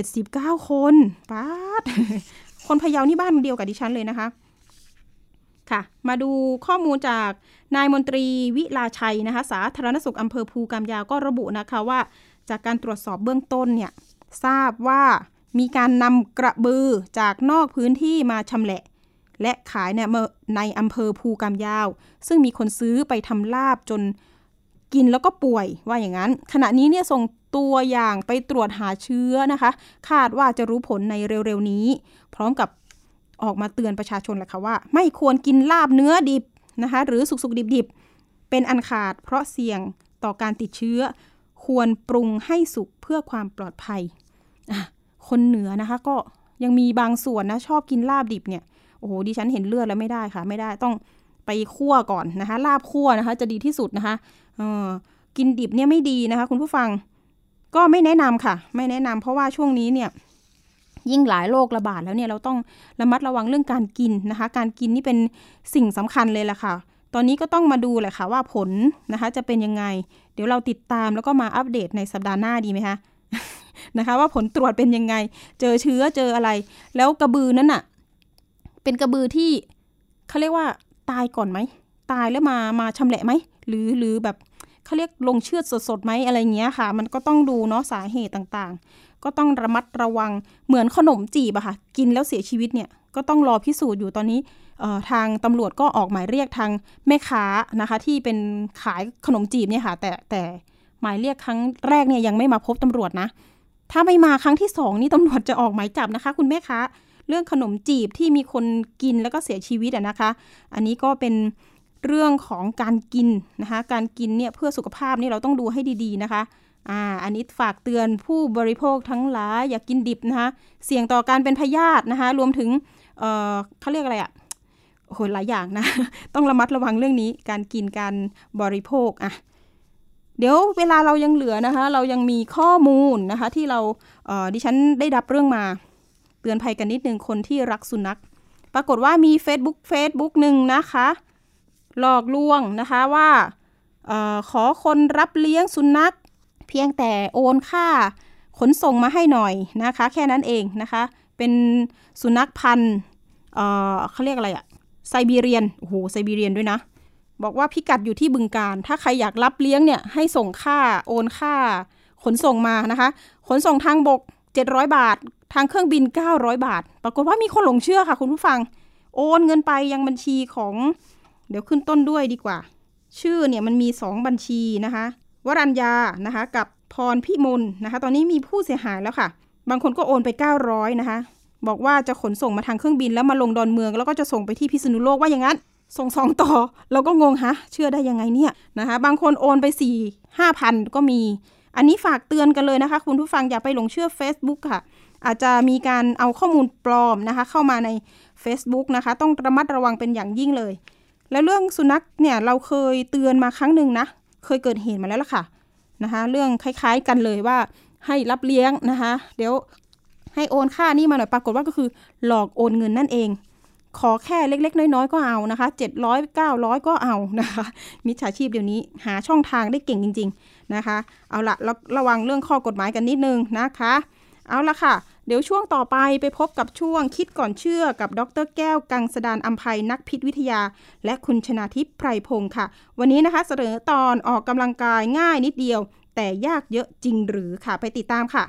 79คนป๊าด คนพะเยานี่บ้านเดียวกับดิฉันเลยนะคะค่ะมาดูข้อมูลจากนายมนตรีวิลาชัยนะคะสาธารณสุขอำเภอภูกามยาวก็ระบุนะคะว่าจากการตรวจสอบเบื้องต้นเนี่ยทราบว่ามีการนำกระบือจากนอกพื้นที่มาชำแหละและขายเนี่ยในอำเภอภูกามยาวซึ่งมีคนซื้อไปทำลาบจนกินแล้วก็ป่วยว่าอย่างนั้นขณะนี้เนี่ยส่งตัวอย่างไปตรวจหาเชื้อนะคะคาดว่าจะรู้ผลในเร็วๆนี้พร้อมกับออกมาเตือนประชาชนแหละค่ะว่าไม่ควรกินลาบเนื้อดิบนะคะหรือสุกๆดิบๆเป็นอันขาดเพราะเสี่ยงต่อการติดเชื้อควรปรุงให้สุกเพื่อความปลอดภัยคนเหนือนะคะก็ยังมีบางส่วนนะชอบกินลาบดิบเนี่ยโอ้โหดิฉันเห็นเลือดแล้วไม่ได้ค่ะไม่ได้ต้องไปคั่วก่อนนะคะลาบคั่วนะคะจะดีที่สุดนะคะกินดิบเนี่ยไม่ดีนะคะคุณผู้ฟังก็ไม่แนะนำค่ะไม่แนะนำเพราะว่าช่วงนี้เนี่ยยิ่งหลายโรคระบาดแล้วเนี่ยเราต้องระมัดระวังเรื่องการกินนะคะการกินนี่เป็นสิ่งสำคัญเลยล่ะค่ะตอนนี้ก็ต้องมาดูแหละค่ะว่าผลนะคะจะเป็นยังไงเดี๋ยวเราติดตามแล้วก็มาอัปเดตในสัปดาห์หน้าดีไหมคะ นะคะว่าผลตรวจเป็นยังไงเจอเชื้อเจออะไรแล้วกระบือนั้นน่ะเป็นกระบือที่เขาเรียกว่าตายก่อนไหมตายแล้วมาชำแหละไหมหรือแบบเขาเรียกลงเชือดสดๆไหมอะไรเงี้ยค่ะมันก็ต้องดูเนาะสาเหตุต่างๆก็ต้องระมัดระวังเหมือนขนมจีบอะค่ะกินแล้วเสียชีวิตเนี่ยก็ต้องรอพิสูจน์อยู่ตอนนี้ทางตำรวจก็ออกหมายเรียกทางแม่ค้านะคะที่เป็นขายขนมจีบเนี่ยค่ะแต่หมายเรียกครั้งแรกเนี่ยยังไม่มาพบตำรวจนะถ้าไม่มาครั้งที่2นี่ตำรวจจะออกหมายจับนะคะคุณแม่ค้าเรื่องขนมจีบที่มีคนกินแล้วก็เสียชีวิตอะนะคะอันนี้ก็เป็นเรื่องของการกินนะคะการกินเนี่ยเพื่อสุขภาพนี่เราต้องดูให้ดีๆนะคะอันนี้ฝากเตือนผู้บริโภคทั้งหลายอย่ากินดิบนะคะเสี่ยงต่อการเป็นพยาธินะคะรวมถึงเขาเรียกอะไรอะโอ้โหหลายอย่างนะ ต้องระมัดระวังเรื่องนี้การกินการบริโภคเดี๋ยวเวลาเรายังเหลือนะคะเรายังมีข้อมูลนะคะที่เราดิฉันได้รับเรื่องมาเตือนภัยกันนิดนึงคนที่รักสุนัขปรากฏว่ามี Facebook นึงนะคะหลอกลวงนะคะว่าขอคนรับเลี้ยงสุนัขเพียงแต่โอนค่าขนส่งมาให้หน่อยนะคะแค่นั้นเองนะคะเป็นสุนัขพันธุ์เขาเรียกอะไรอะไซบีเรียนโอ้โหไซบีเรียนด้วยนะบอกว่าพิกัดอยู่ที่บึงกาฬถ้าใครอยากรับเลี้ยงเนี่ยให้ส่งค่าโอนค่าขนส่งมานะคะขนส่งทางบก700 บาททางเครื่องบิน900 บาทปรากฏว่ามีคนหลงเชื่อค่ะคุณผู้ฟังโอนเงินไปยังบัญชีของเดี๋ยวขึ้นต้นด้วยดีกว่าชื่อเนี่ยมันมี2บัญชีนะคะวรัญญานะคะกับพรพิมลนะคะตอนนี้มีผู้เสียหายแล้วค่ะบางคนก็โอนไป900นะคะบอกว่าจะขนส่งมาทางเครื่องบินแล้วมาลงดอนเมืองแล้วก็จะส่งไปที่พิษณุโลกว่าอย่างนั้นส่ง2ต่อเราก็งงฮะเชื่อได้ยังไงเนี่ยนะคะบางคนโอนไป 4-5,000 ก็มีอันนี้ฝากเตือนกันเลยนะคะคุณผู้ฟังอย่าไปหลงเชื่อ Facebook ค่ะอาจจะมีการเอาข้อมูลปลอมนะคะเข้ามาใน Facebook นะคะต้องระมัดระวังเป็นอย่างยิ่งเลยแล้วเรื่องสุนัขเนี่ยเราเคยเตือนมาครั้งนึงนะเคยเกิดเหตุมาแล้วล่ะค่ะนะคะเรื่องคล้ายๆกันเลยว่าให้รับเลี้ยงนะคะเดี๋ยวให้โอนค่านี่มาหน่อยปรากฏว่าก็คือหลอกโอนเงินนั่นเองขอแค่เล็กๆน้อยๆก็เอานะคะ700 900ก็เอานะคะมิจฉาชีพเดี๋ยวนี้หาช่องทางได้เก่งจริงๆนะคะเอาละระวังเรื่องข้อกฎหมายกันนิดนึงนะคะเอาละค่ะเดี๋ยวช่วงต่อไปพบกับช่วงคิดก่อนเชื่อกับดร.แก้วกังสดาลอำไพนักพิษวิทยาและคุณชนาทิพย์ไพรพงศ์ค่ะวันนี้นะคะเสนอตอนออกกำลังกายง่ายนิดเดียวแต่ยากเยอะจริงหรือค่ะไปติดตามค่ะ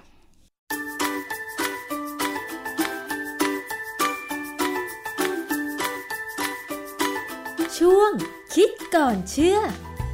ช่วงคิดก่อนเชื่อ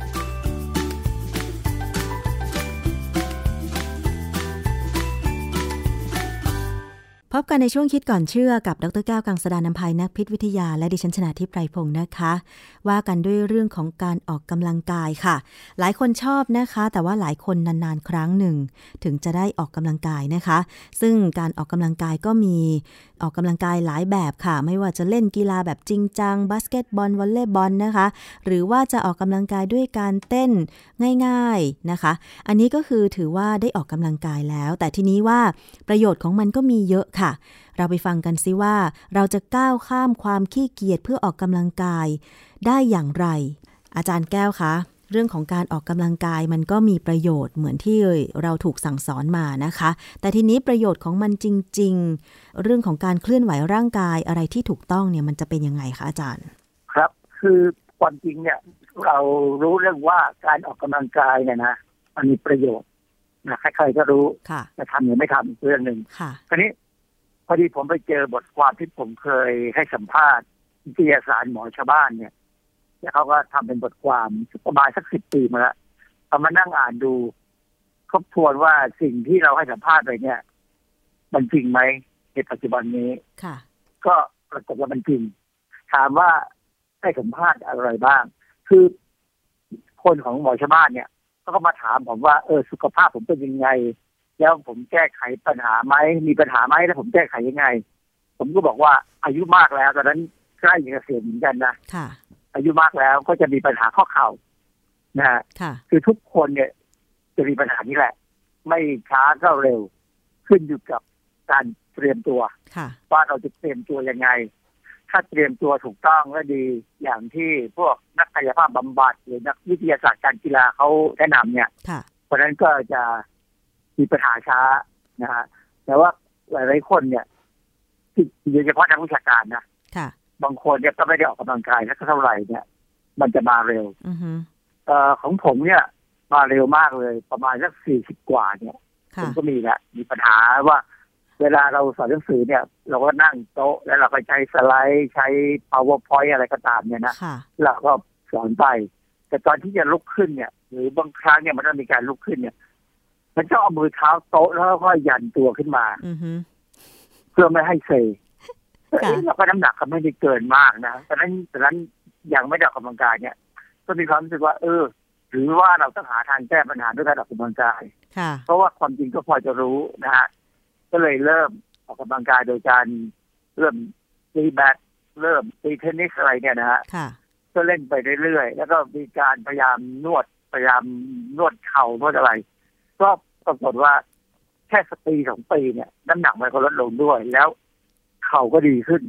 พบกันในช่วงคิดก่อนเชื่อกับดร.แก้วกังสดาลอำไพนักพิษวิทยาและดิฉันชนาธิป ไพรพงศ์นะคะว่ากันด้วยเรื่องของการออกกำลังกายค่ะหลายคนชอบนะคะแต่ว่าหลายคนนานๆครั้งหนึ่งถึงจะได้ออกกำลังกายนะคะซึ่งการออกกำลังกายก็มีออกกำลังกายหลายแบบค่ะไม่ว่าจะเล่นกีฬาแบบจริงจังบาสเกตบอลวอลเลย์บอลนะคะหรือว่าจะออกกำลังกายด้วยการเต้นง่ายๆนะคะอันนี้ก็คือถือว่าได้ออกกำลังกายแล้วแต่ทีนี้ว่าประโยชน์ของมันก็มีเยอะค่ะเราไปฟังกันซิว่าเราจะก้าวข้ามความขี้เกียจเพื่อออกกำลังกายได้อย่างไรอาจารย์แก้วคะเรื่องของการออกกำลังกายมันก็มีประโยชน์เหมือนที่เราถูกสั่งสอนมานะคะแต่ทีนี้ประโยชน์ของมันจริงๆเรื่องของการเคลื่อนไหวร่างกายอะไรที่ถูกต้องเนี่ยมันจะเป็นยังไงคะอาจารย์ครับคือความจริงเนี่ยเรารู้เรื่องว่าการออกกำลังกายเนี่ยนะมันมีประโยชน์นะใครๆก็รู้จะทำหรือไม่ทำเรื่องหนึ่งคราวนี้พอดีผมไปเจอบทความที่ผมเคยให้สัมภาษณ์นิตยสารหมอชาวบ้านเนี่ยแล้วเขาก็ทำเป็นบทความประมาณสัก10 ปีมาแล้วเอามานั่งอ่านดูทบทวนว่าสิ่งที่เราให้สัมภาษณ์ไปเนี่ยมันจริงไหมในปัจจุบันนี้ก็ปรากฏว่ามันจริงถามว่าให้สัมภาษณ์อะไรบ้างคือคนของหมอชาวบ้านเนี่ยก็มาถามผมว่าสุขภาพผมเป็นยังไงแล้วผมแก้ไขปัญหาไหมมีปัญหาไหมแล้วผมแก้ไขยังไงผมก็บอกว่าอายุมากแล้วตอนนั้นใกล้จะเกษียณเหมือนกันนะอายุมากแล้วก็จะมีปัญหาข้อเข่านะฮะคือทุกคนเนี่ยจะมีปัญหานี้แหละไม่ช้าก็เร็วขึ้นอยู่กับการเตรียมตัวว่าเราจะเตรียมตัวยังไงถ้าเตรียมตัวถูกต้องและดีอย่างที่พวกนักกายภาพบำบัดหรือนักวิทยาศาสตร์การกีฬาเขาแนะนำเนี่ยเพราะนั้นก็จะมีปัญหาช้านะฮะแต่ว่าหลายๆคนเนี่ยโดยเฉพาะนักวิชาการนะบางคนเนี่ยก็ไม่ได้ออกกำลังกายสักเท่าไหร่เนี่ยมันจะมาเร็วของผมเนี่ยมาเร็วมากเลยประมาณสัก40 กว่าเนี่ยผมก็มีปัญหาว่าเวลาเราสอนหนังสือเนี่ยเราก็นั่งโต๊ะแล้วเราก็ใช้สไลด์ใช้ PowerPoint อะไรก็ตามเนี่ยนะเราก็สอนไปแต่ตอนที่จะลุกขึ้นเนี่ยหรือบางครั้งเนี่ยมันต้องมีการลุกขึ้นเนี่ยมันจะเอามือเท้าโต๊ะแล้วก็ยันตัวขึ้นมาเพื่อไม่ให้เซแล้วก็น้ำหนักก็ไม่ได้เกินมากนะแต่นั้นยังไม่ได้ออกกำลังกายเนี่ยก็มีความรู้สึกว่าหรือว่าเราต้องหาทางแก้ปัญหาด้วยการออกกำลังกายเพราะว่าความจริงก็พอจะรู้นะฮะก็เลยเริ่มออกกำลังกายโดยการเริ่มตีแบดเริ่มตีเทนนิสอะไรเนี่ยนะฮะก็เล่นไปเรื่อยๆแล้วก็มีการพยายามนวดเข่านวดอะไรก็ปรากฏว่าแค่ปี 2 ปีเนี่ยน้ำหนักมันก็ลดลงด้วยแล้วเข่าก็ดีขึ้น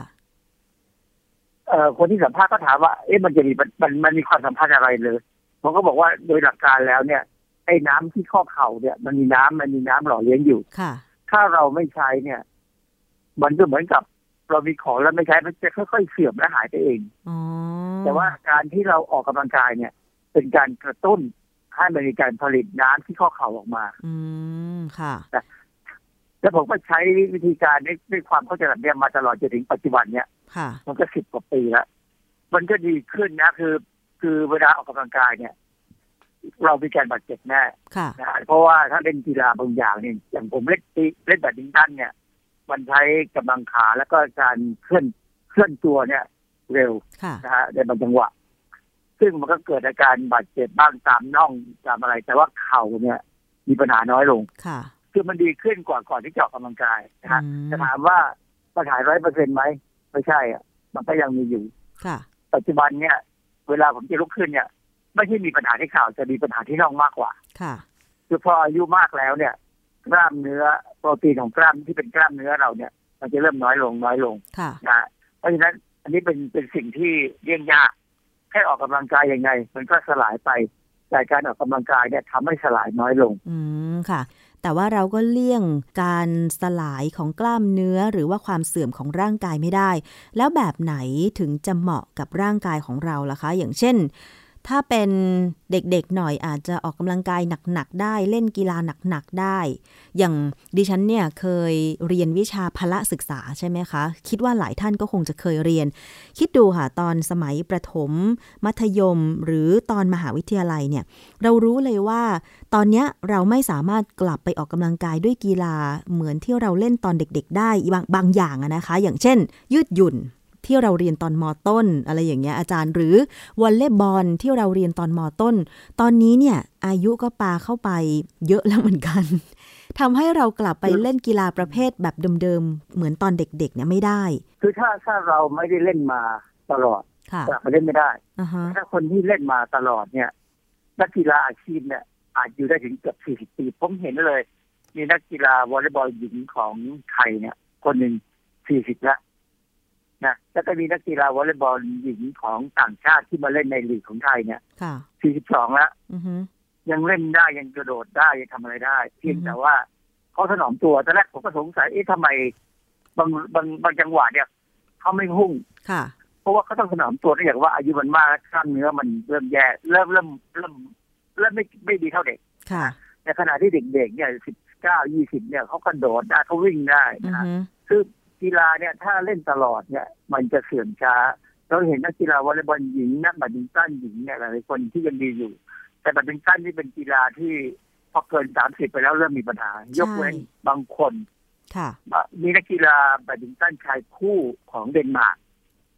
คนที่สัมภาษณ์ก็ถามว่ามันจะมันมีความสัมพันธ์อะไรเลยผมก็บอกว่าโดยหลักการแล้วเนี่ยไอ้น้ำที่ข้อเข่าเนี่ยมันมีน้ำหล่อเลี้ยงอยู่ถ้าเราไม่ใช้เนี่ยมันก็เหมือนกับเรามีของแล้วไม่ใช้มันจะค่อยๆเสื่อมและหายไปเองแต่ว่าการที่เราออกกำลังกายเนี่ยเป็นการกระตุ้นให้มันมีการผลิตน้ำที่ข้อเข่าออกมาค่ะแล้วผมก็ใช้วิธีการด้วยความเข้าใจแบบนี้มาตลอดจนถึงปัจจุบันเนี่ยมันก็10 กว่าปีแล้วมันก็ดีขึ้นนะคือเวลาออกกำลังกายเนี่ยเรามีการบาดเจ็บแน่นะเพราะว่าถ้าเล่นกีฬาบางอย่างเนี่ยอย่างผมเล่นแบดมินตันเนี่ยมันใช้กำลังขาแล้วก็การเคลื่อนตัวเนี่ยเร็วนะฮะในบางจังหวะซึ่งมันก็เกิดอาการบาดเจ็บบ้างตามน่องตามอะไรแต่ว่าเข่าเนี่ยมีปัญหาน้อยลงคือมันดีขึ้นกว่าก่อนที่จะออกกำลังกายนะฮะจะถามว่าปัญหา 100% ไหมไม่ใช่อ่ะมันก็ยังมีอยู่ปัจจุบันเนี่ยเวลาผมจะลุกขึ้นเนี่ยไม่ใช่มีปัญหาที่เข่าจะมีปัญหาที่น่องมากกว่าคือพออายุมากแล้วเนี่ยกล้ามเนื้อโปรตีนของกล้ามที่เป็นกล้ามเนื้อเราเนี่ยมันจะเริ่มน้อยลงนะเพราะฉะนั้นอันนี้เป็นสิ่งที่เลี่ยงยากแค่ออกกำลังกายยังไงมันก็สลายไปแต่การออกกำลังกายเนี่ยทำให้สลายน้อยลงค่ะแต่ว่าเราก็เลี่ยงการสลายของกล้ามเนื้อหรือว่าความเสื่อมของร่างกายไม่ได้แล้วแบบไหนถึงจะเหมาะกับร่างกายของเราล่ะคะอย่างเช่นถ้าเป็นเด็กๆหน่อยอาจจะออกกำลังกายหนักๆได้เล่นกีฬาหนักๆได้อย่างดิฉันเนี่ยเคยเรียนวิชาพละศึกษาใช่ไหมคะคิดว่าหลายท่านก็คงจะเคยเรียนคิดดูค่ะตอนสมัยประถมมัธยมหรือตอนมหาวิทยาลัยเนี่ยเรารู้เลยว่าตอนนี้เราไม่สามารถกลับไปออกกำลังกายด้วยกีฬาเหมือนที่เราเล่นตอนเด็กๆได้บางอย่างนะคะอย่างเช่นยืดหยุ่นที่เราเรียนตอนม.ต้นอะไรอย่างเงี้ยอาจารย์หรือวอลเลย์บอลที่เราเรียนตอนม.ต้นตอนนี้เนี่ยอายุก็ปาเข้าไปเยอะแล้วเหมือนกันทำให้เรากลับไปเล่นกีฬาประเภทแบบเดิมๆเหมือนตอนเด็กๆเนี่ยไม่ได้คือถ้าเราไม่ได้เล่นมาตลอดกลับไปเล่นไม่ได้ถ้าคนที่เล่นมาตลอดเนี่ยนักกีฬาอาชีพเนี่ยอาจอยู่ได้ถึงเกือบ40 ปีผมเห็นเลยมีนักกีฬาวอลเลย์บอลหญิงของไทยเนี่ยคนหนึ่ง40แล้วนะแล้วก็มีนักกีฬาวอลเลย์บอลหญิงของต่างชาติที่มาเล่นในลีกของไทยเนี่ย42แล้วยังเล่นได้ยังกระโดดได้ยังทำอะไรได้เพียงแต่ว่าเขาถนอมตัวตอนแรกผมก็สงสัยทำไมบางจังหวะเนี่ยเขาไม่หุ้งเพราะว่าเขาต้องถนอมตัวได้อย่างว่าอายุมันมากกล้ามเนื้อมันเริ่มแย่เริ่มไม่ดีเท่าเด็กในขณะที่เด็กๆเนี่ย19-20เนี่ยเขากระโดดได้เขาวิ่งได้นะคือกีฬาเนี่ยถ้าเล่นตลอดเนี่ยมันจะเสื่อมช้าเราเห็นนักกีฬาวอลเลย์บอลหญิงนักแบดมินตันหญิงเนี่ยหลายคนที่ยังดีอยู่แต่แบดมินตันนี่เป็นกีฬาที่พอเกิน30ไปแล้วเริ่มมีปัญหายกเว้นบางคนมีนักกีฬาแบดมินตันชายคู่ของเดนมาร์ก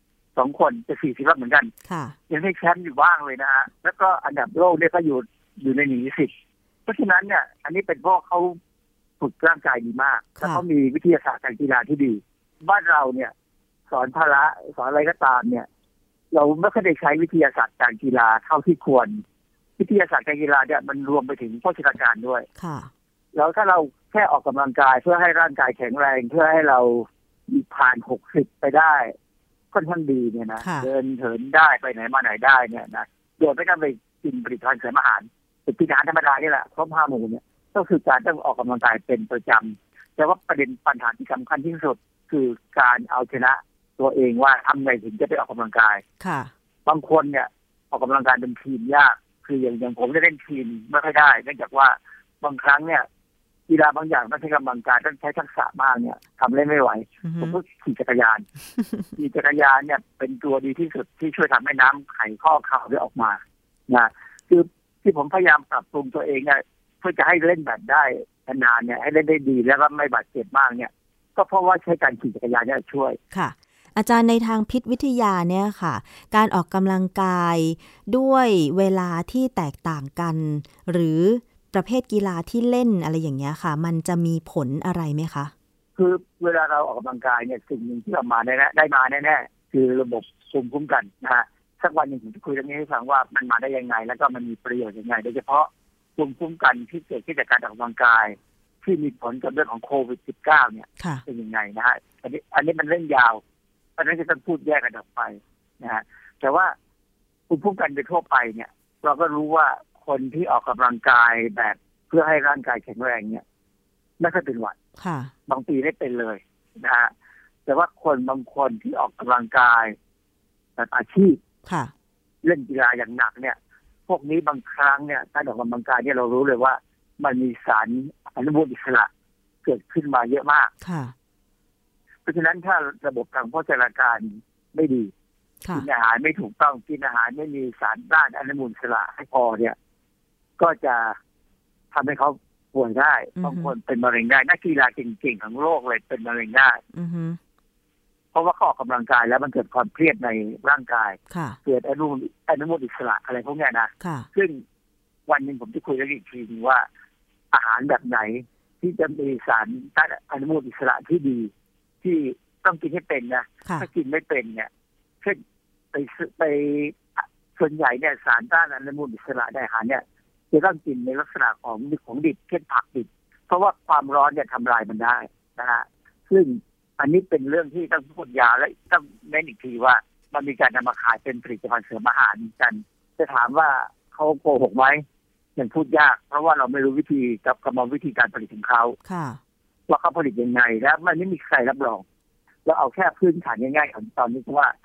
2 คนจะ40แล้วเหมือนกันยังให้แชมป์อยู่บ้างเลยนะฮะแล้วก็อันดับโลกเนี่ยก็อยู่ใน10เพราะฉะนั้นเนี่ยอันนี้เป็นเพราะเขาฝึกร่างกายดีมากแล้วเขามีวิทยาศาสตร์การกีฬาที่ดีบ้านเราเนี่ยสอนพละสอนอะไรก็ตามเนี่ยเราไม่ค่อยได้ใช้วิทยาศาสตร์การกีฬาเท่าที่ควรวิทยาศาสตร์การกีฬาเนี่ยมันรวมไปถึงโภชนาการด้วยแล้วถ้าเราแค่ออกกำลังกายเพื่อให้ร่างกายแข็งแรงเพื่อให้เราผ่าน60ไปได้ค่อนข้างดีเนี่ยนะเดินเหินได้ไปไหนมาไหนได้เนี่ยนะโดยไม่ต้องไปกินผลิตภัณฑ์เสริมอาหารเป็นกินอาหารธรรมดานี่แหละครบ5 หมู่เนี่ยก็คือการต้องออกกำลังกายเป็นประจำแต่ว่าประเด็นปัญหาที่สำคัญที่สุดคือการเอาชนะตัวเองว่าทำไงถึงจะไปออกกำลังกายบางคนเนี่ยออกกำลังกายเป็นทีมยากคืออย่างผมจะเล่นทีมไม่ค่อยได้เนื่องจากว่าบางครั้งเนี่ยกีฬาบางอย่างต้องใช้กำลังกายต้องใช้ทักษะมากเนี่ยทำเล่นไม่ไหวผมก็ขี่จักรยานขี่จักรยานเนี่ยเป็นตัวดีที่สุดที่ช่วยทำให้น้ำไขข้อเข่าได้ออกมานะคือที่ผมพยายามปรับปรุงตัวเองเนี่ยเพื่อจะให้เล่นแบบได้นานเนี่ยให้เล่นได้ดีแล้วก็ไม่บาดเจ็บมากเนี่ยก็เพราะว่าใช้การขี่จักรยานเนี่ยช่วยค่ะอาจารย์ในทางพิษวิทยาเนี่ยค่ะการออกกำลังกายด้วยเวลาที่แตกต่างกันหรือประเภทกีฬาที่เล่นอะไรอย่างเงี้ยค่ะมันจะมีผลอะไรไหมคะคือเวลาเราออกกำลังกายเนี่ยสิ่งหนึ่งที่เรามาได้มาแน่ๆคือระบบภูมิคุ้มกันนะฮะสักวันหนึ่งผมจะคุยเรื่องนี้ให้ฟังว่ามันมาได้ยังไงแล้วก็มันมีประโยชน์ยังไงโดยเฉพาะภูมิคุ้มกันที่เกิดขึ้นจากการออกกำลังกายที่มีผลกับเรื่องของโควิด -19 เนี่ยเป็นยังไงนะฮะอันนี้มันเรื่องยาวเพราะฉะนั้นจะต้องพูดแยกกันออกไปนะฮะแต่ว่าภูมิคุ้มกันโดยทั่วไปเนี่ยเราก็รู้ว่าคนที่ออกกำลังกายแบบเพื่อให้ร่างกายแข็งแรงเนี่ยไม่ค่อยเป็นหวัดบางปีได้เป็นเลยนะฮะแต่ว่าคนบางคนที่ออกกำลังกายแบบอาชีพเล่นกีฬาอย่างหนักเนี่ยพวกนี้บางครั้งเนี่ยการออกกำลังกายเนี่ยเรารู้เลยว่ามันมีสารอนุมูลอิสระเกิดขึ้นมาเยอะมากเพราะฉะนั้นถ้าระบบทางโภชนาการไม่ดีกินอาหารไม่ถูกต้องกินอาหารไม่มีสารต้านอนุมูลอิสระให้พอเนี่ยก็จะทำให้เขาป่วยได้บางคนเป็นมะเร็งได้นักกีฬาเก่งๆของโลกเลยเป็นมะเร็งได้เพราะว่าเขาออกกำลังกายแล้วมันเกิดความเครียดในร่างกายเกิดอนุมูลอิสระอะไรพวกนี้นะซึ่งวันหนึ่งผมจะคุยกันอีกทีนึงว่าอาหารแบบไหนที่จะมีสารต้านอนุมูลอิสระที่ดีที่ต้องกินให้เป็นนะถ้ากินไม่เป็นเนี่ยเช่นไปส่วนใหญ่เนี่ยสารต้านอนุมูลอิสระในอาหารเนี่ยจะต้องกินในลักษณะของดิบเช่นผักดิบเพราะว่าความร้อนเนี่ยทำลายมันได้นะฮะซึ่งอันนี้เป็นเรื่องที่ต้องพูดยาวและต้องเน้นอีกทีว่ามันมีการนำมาขายเป็นผลิตภัณฑ์เสริมอาหารกันจะถามว่าเขาโกหกไหมยังพูดยากเพราะว่าเราไม่รู้วิธีกับกรรมวิธีการผลิตของเขาว่าเขาผลิตยังไงและมันไม่มีใครรับรองเราเอาแค่พื้นฐานง่ายๆของตอนนี้ว่า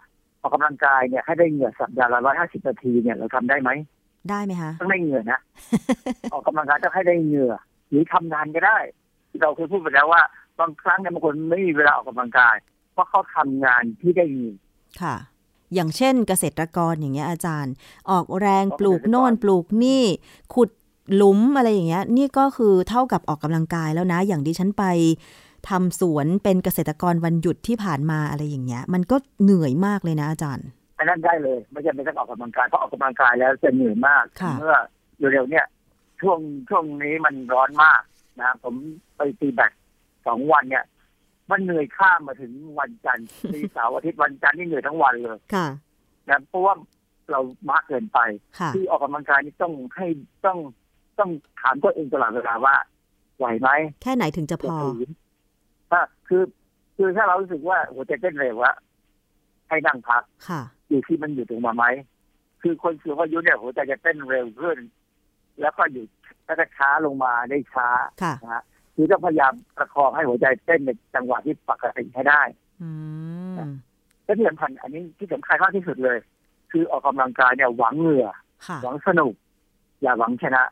ออกกำลังกายเนี่ยให้ได้เหงื่อสัปดาห์ละ150 นาทีเนี่ยเราทำได้ไหมได้ไหมคะต้องได้เหงื่อนะ ออกกำลังกายต้องให้ได้เหงื่อหรือทำงานก็ได้เราเคยพูดไปแล้วว่าบางครั้งเนี่ยบางคนไม่มีเวลาออกกำลังกายเพราะเขาทำงานที่ได้เหงื่อค่ะอย่างเช่นเกษตรกรอย่างเงี้ยอาจารย์ออกแรงปลูกโน่นปลูกนี่ขุดหลุมอะไรอย่างเงี้ยนี่ก็คือเท่ากับออกกำลังกายแล้วนะอย่างดิฉันไปทำสวนเป็นเกษตรกรวันหยุดที่ผ่านมาอะไรอย่างเงี้ยมันก็เหนื่อยมากเลยนะอาจารย์อันนั้นได้เลยไม่จำเป็นต้องออกกำลังกายเพราะออกกำลังกายแล้วจะเหนื่อยมากเมื่อเร็วๆเนี่ยช่วงนี้มันร้อนมากนะผมไปตีแบด2 วันเนี่ยมันเหนื่อยข้ามมาถึงวันจันทร์ตีเสาร์อาทิตย์วันจันทร์นี่เหนื่อยทั้งวันเลยนะเพราะว่าเรามากเกินไปที่ออกกำลังกายนี่ต้องถามตัวเองตลอดเวลาว่าไหวไหมแค่ไหนถึงจะพอคือถ้าเรารู้สึกว่าหัวใจเต้นเร็วว่าให้นั่งพักอยู่ที่มันอยู่ตรงมาไหมคือคนสูงอายุเนี่ยหัวใจจะเต้นเร็วขึ้นแล้วก็อยู่แล้วก็ช้าลงมาได้ช้านะฮะคือต้องพยายามประคองให้หัวใจเต้นในจังหวะที่ปกติให้ได้และที่สำคัญอันนี้ที่สำคัญมากที่สุดเลยคือออกกำลังกายเนี่ยหวังเหงื่อหวังสนุกอย่าหวังชนะ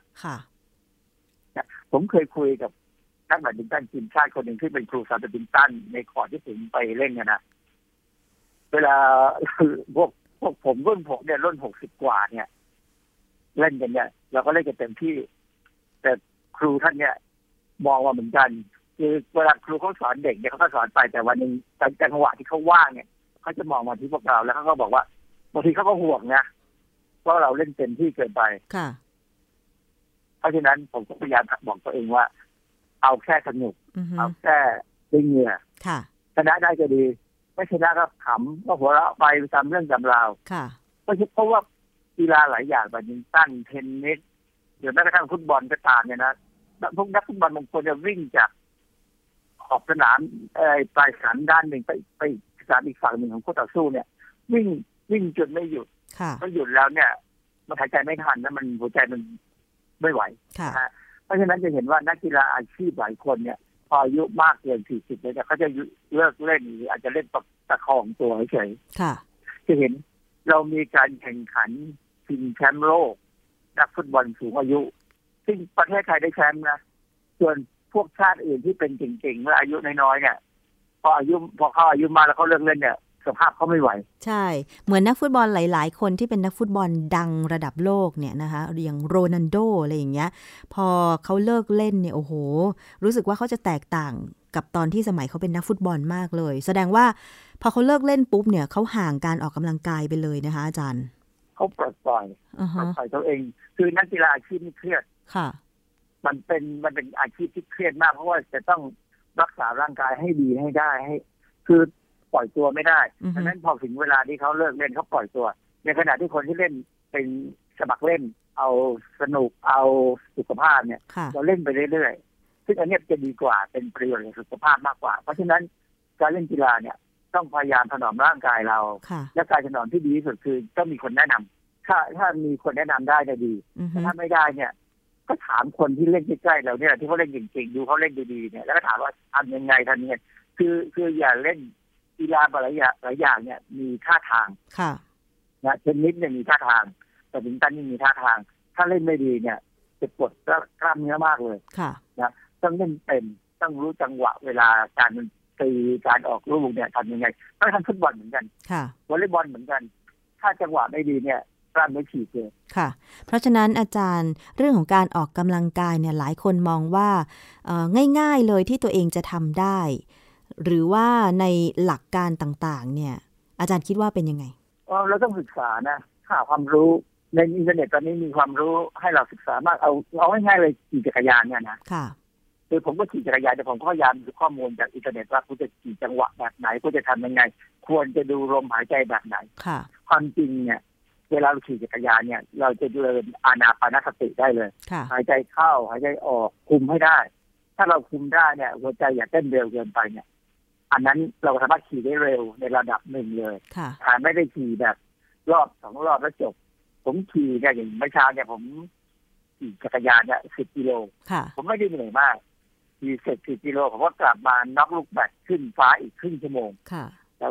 ผมเคยคุยกับนักแบดมินตันทีมชาติคนหนึ่งที่เป็นครูสอนแบดมินตันในคอร์ตที่ผมไปเล่นกันนะเวลาพวกผมรุ่นผมเนี่ยรุ่น60 กว่าเนี่ยเล่นกันเนี่ยเราก็เล่นกันเต็มที่แต่ครูท่านเนี่ยมองว่าเหมือนกันคือเวลาครูเขาสอนเด็กเนี่ยเขาก็สอนไปแต่วันนึงจังหวะที่เขาว่างเนี่ยเขาจะมองมาที่พวกเราแล้วเขาก็บอกว่าบางทีเขาก็ห่วงนะว่าเราเล่นเต็มที่เกินไปเพราะฉะนั้นผมก็พยายามบอกตัวเองว่าเอาแค่สนุกเอาแค่ได้เหงื่อชนะได้ก็ดีไม่ชนะก็ขำก็หัวเราะไปตามเรื่องตามราวเพราะว่ากีฬาหลายอย่างแบบยิงตั้นเทนนิสหรือแม้กระทั่งฟุตบอลก็ตามเนี่ยนะพวกนักฟุตบอลบางคนจะวิ่งจากขอบสนามปลายสนามด้านหนึ่งไปสนามอีกฝั่งหนึ่งของคู่ต่อสู้เนี่ยวิ่งจนไม่หยุดพอหยุดแล้วเนี่ยมันหายใจไม่ทันแล้วมันหัวใจมันไม่ไหวเพราะฉะนั้นจะเห็นว่านักกีฬาอาชีพหลายคนเนี่ยพออายุมากเกิน40เนี่ยเขาจะเลิกเล่นหรืออาจจะเล่นประคองตัวเฉยๆจะเห็นเรามีการแข่งขันชิงแชมป์โลกนักฟุตบอลสูงอายุซึ่งประเทศไทยได้แชมป์นะส่วนพวกชาติอื่นที่เป็นเก่งๆเมื่ออายุน้อยๆเนี่ยพอเขาอายุมาแล้วเขาเลิกเล่นเนี่ยสภาพเขาไม่ไหวใช่เหมือนนักฟุตบอลหลายๆคนที่เป็นนักฟุตบอลดังระดับโลกเนี่ยนะคะอย่างโรนัลโดอะไรอย่างเงี้ยพอเขาเลิกเล่นเนี่ยโอ้โหรู้สึกว่าเขาจะแตกต่างกับตอนที่สมัยเขาเป็นนักฟุตบอลมากเลยแสดงว่าพอเขาเลิกเล่นปุ๊บเนี่ยเขาห่างการออกกำลังกายไปเลยนะคะอาจารย์เขาปลดปล่อยตัวเองคือนักกีฬาอาชีพนี่เครียดค่ะมันเป็นอาชีพที่เครียดมากเพราะว่าจะต้องรักษาร่างกายให้ดีให้ได้ให้คือปล่อยตัวไม่ได้ดังนั้นพอถึงเวลาที่เขาเลิกเล่นเขาปล่อยตัวในขณะที่คนที่เล่นเป็นสมัครเล่นเอาสนุกเอาสุขภาพเนี่ยเราเล่นไปเรื่อยๆซึ่งอันนี้จะดีกว่าเป็นประโยชน์กับสุขภาพมากกว่าเพราะฉะนั้นการเล่นกีฬาเนี่ยต้องพยายามถนอมร่างกายเราและการถนอมที่ดีที่สุดคือต้องมีคนแนะนำถ้ามีคนแนะนำได้จะดีแต่ถ้าไม่ได้เนี่ยก็ถามคนที่เล่นใกล้ๆเราเนี่ยที่เขาเล่นเก่งๆดูเขาเล่นดีๆเนี่ยแล้วก็ถามว่าทำยังไงคืออย่าเล่นกีฬาหลายอย่างเนี่ยมีท่าทางนะเทนนิสเนี่ยมีท่าทางแต่แบดมินตันนี่มีท่าทางถ้าเล่นไม่ดีเนี่ยจะปวดกล้ามเนื้อมากเลยนะต้องเล่นเป็นต้องรู้จังหวะเวลาการตีการออกลูกเนี่ยทำยังไงต้องทำฟุตบอลเหมือนกันวอลเลย์บอลเหมือนกันถ้าจังหวะไม่ดีเนี่ยกล้ามเนื้อฉีกเลยค่ะเพราะฉะนั้นอาจารย์เรื่องของการออกกำลังกายเนี่ยหลายคนมองว่าง่ายๆเลยที่ตัวเองจะทำได้หรือว่าในหลักการต่างๆเนี่ยอาจารย์คิดว่าเป็นยังไงเราต้องศึกษานะหาความรู้ในอินเทอร์เน็ตตอนนี้มีความรู้ให้เราศึกษามากเอาง่ายๆเลยขี่จักรยานเนี่ยนะค่ะคือผมก็ขี่จักรยานแต่ผมก็พยายามดูข้อมูลจากอินเทอร์เน็ตว่าคุณจะขี่จังหวะแบบไหนคุณจะทำยังไงควรจะดูลมหายใจแบบไหนความจริงเนี่ยเวลาเราขี่จักรยานเนี่ยเราจะเดินอานาปานสติได้เลยหายใจเข้าหายใจออกคุมให้ได้ถ้าเราคุมได้เนี่ยหัวใจอย่าเต้นเร็วเกินไปเนี่ยอันนั้นเราสามารถขี่ได้เร็วในระดับหนึ่งเลยแต่ไม่ได้ขี่แบบรอบ2 รอบแล้วจบผมขี่เนี่ยอย่างเมื่อเช้าเนี่ยผมขี่จักรยานเนี่ย10 กิโลผมไม่ได้เหนื่อยมากขี่เสร็จ10 กิโลผมก็กลับมาน็อกลูกแบดขึ้นฟ้าอีกครึ่งชั่วโมงแต่ว่า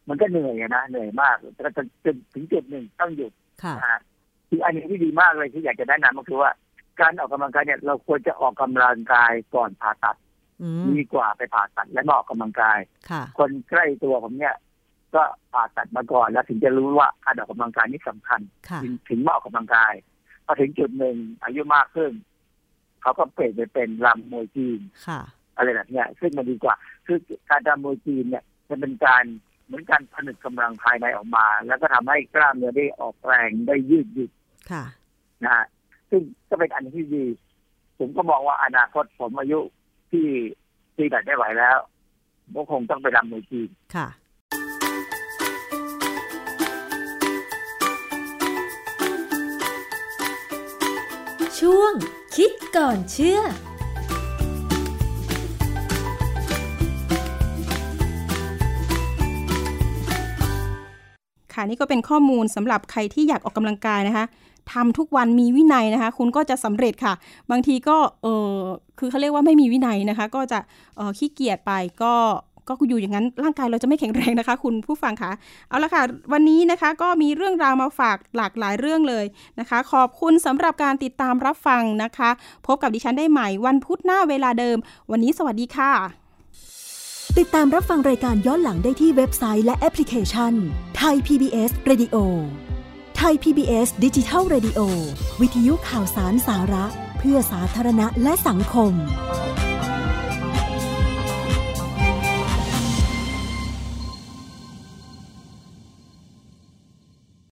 มันก็เหนื่อยนะเหนื่อยมากแต่ถึงจุดหนึ่งต้องหยุดคืออันนี้ที่ดีมากเลยที่อยากจะแนะนำก็คือว่าการออกกำลังกายเนี่ยเราควรจะออกกำลังกายก่อนผ่าตัดดีกว่าไปผ่าตัดและมาออกกำลังกายคนใกล้ตัวผมเนี่ยก็ผ่าตัดมาก่อนแล้วถึงจะรู้ว่าการออกกำลังกายนี่สำคัญถึงมาออกกำลังกายพอถึงจุดหนึ่งอายุมากขึ้นเขาก็เปลี่ยนไปเป็นรำมวยจีนอะไรแบบนี้ซึ่งมันดีกว่าคือการรำมวยจีนเนี่ยจะเป็นการเหมือนการผนึกกำลังภายในออกมาแล้วก็ทำให้กล้ามเนื้อได้ออกแรงได้ยืดหยุ่นนะฮะซึ่งก็เป็นอันที่ดีผมก็มองว่าอนาคตผมอายุที่ตัดได้ไหวแล้วก็คงต้องไปรำมวยจีนค่ะช่วงคิดก่อนเชื่อค่ะนี่ก็เป็นข้อมูลสำหรับใครที่อยากออกกำลังกายนะคะทำทุกวันมีวินัยนะคะคุณก็จะสำเร็จค่ะบางทีก็คือเขาเรียกว่าไม่มีวินัยนะคะก็จะขี้เกียจไปก็อยู่อย่างนั้นร่างกายเราจะไม่แข็งแรงนะคะคุณผู้ฟังค่ะเอาละค่ะวันนี้นะคะก็มีเรื่องราวมาฝากหลากหลายเรื่องเลยนะคะขอบคุณสำหรับการติดตามรับฟังนะคะพบกับดิฉันได้ใหม่วันพุธหน้าเวลาเดิมวันนี้สวัสดีค่ะติดตามรับฟังรายการย้อนหลังได้ที่เว็บไซต์และแอปพลิเคชัน Thai PBS Radio Thai PBS Digital Radio วิทยุข่าวสารสาระเพื่อสาธารณะและสังคม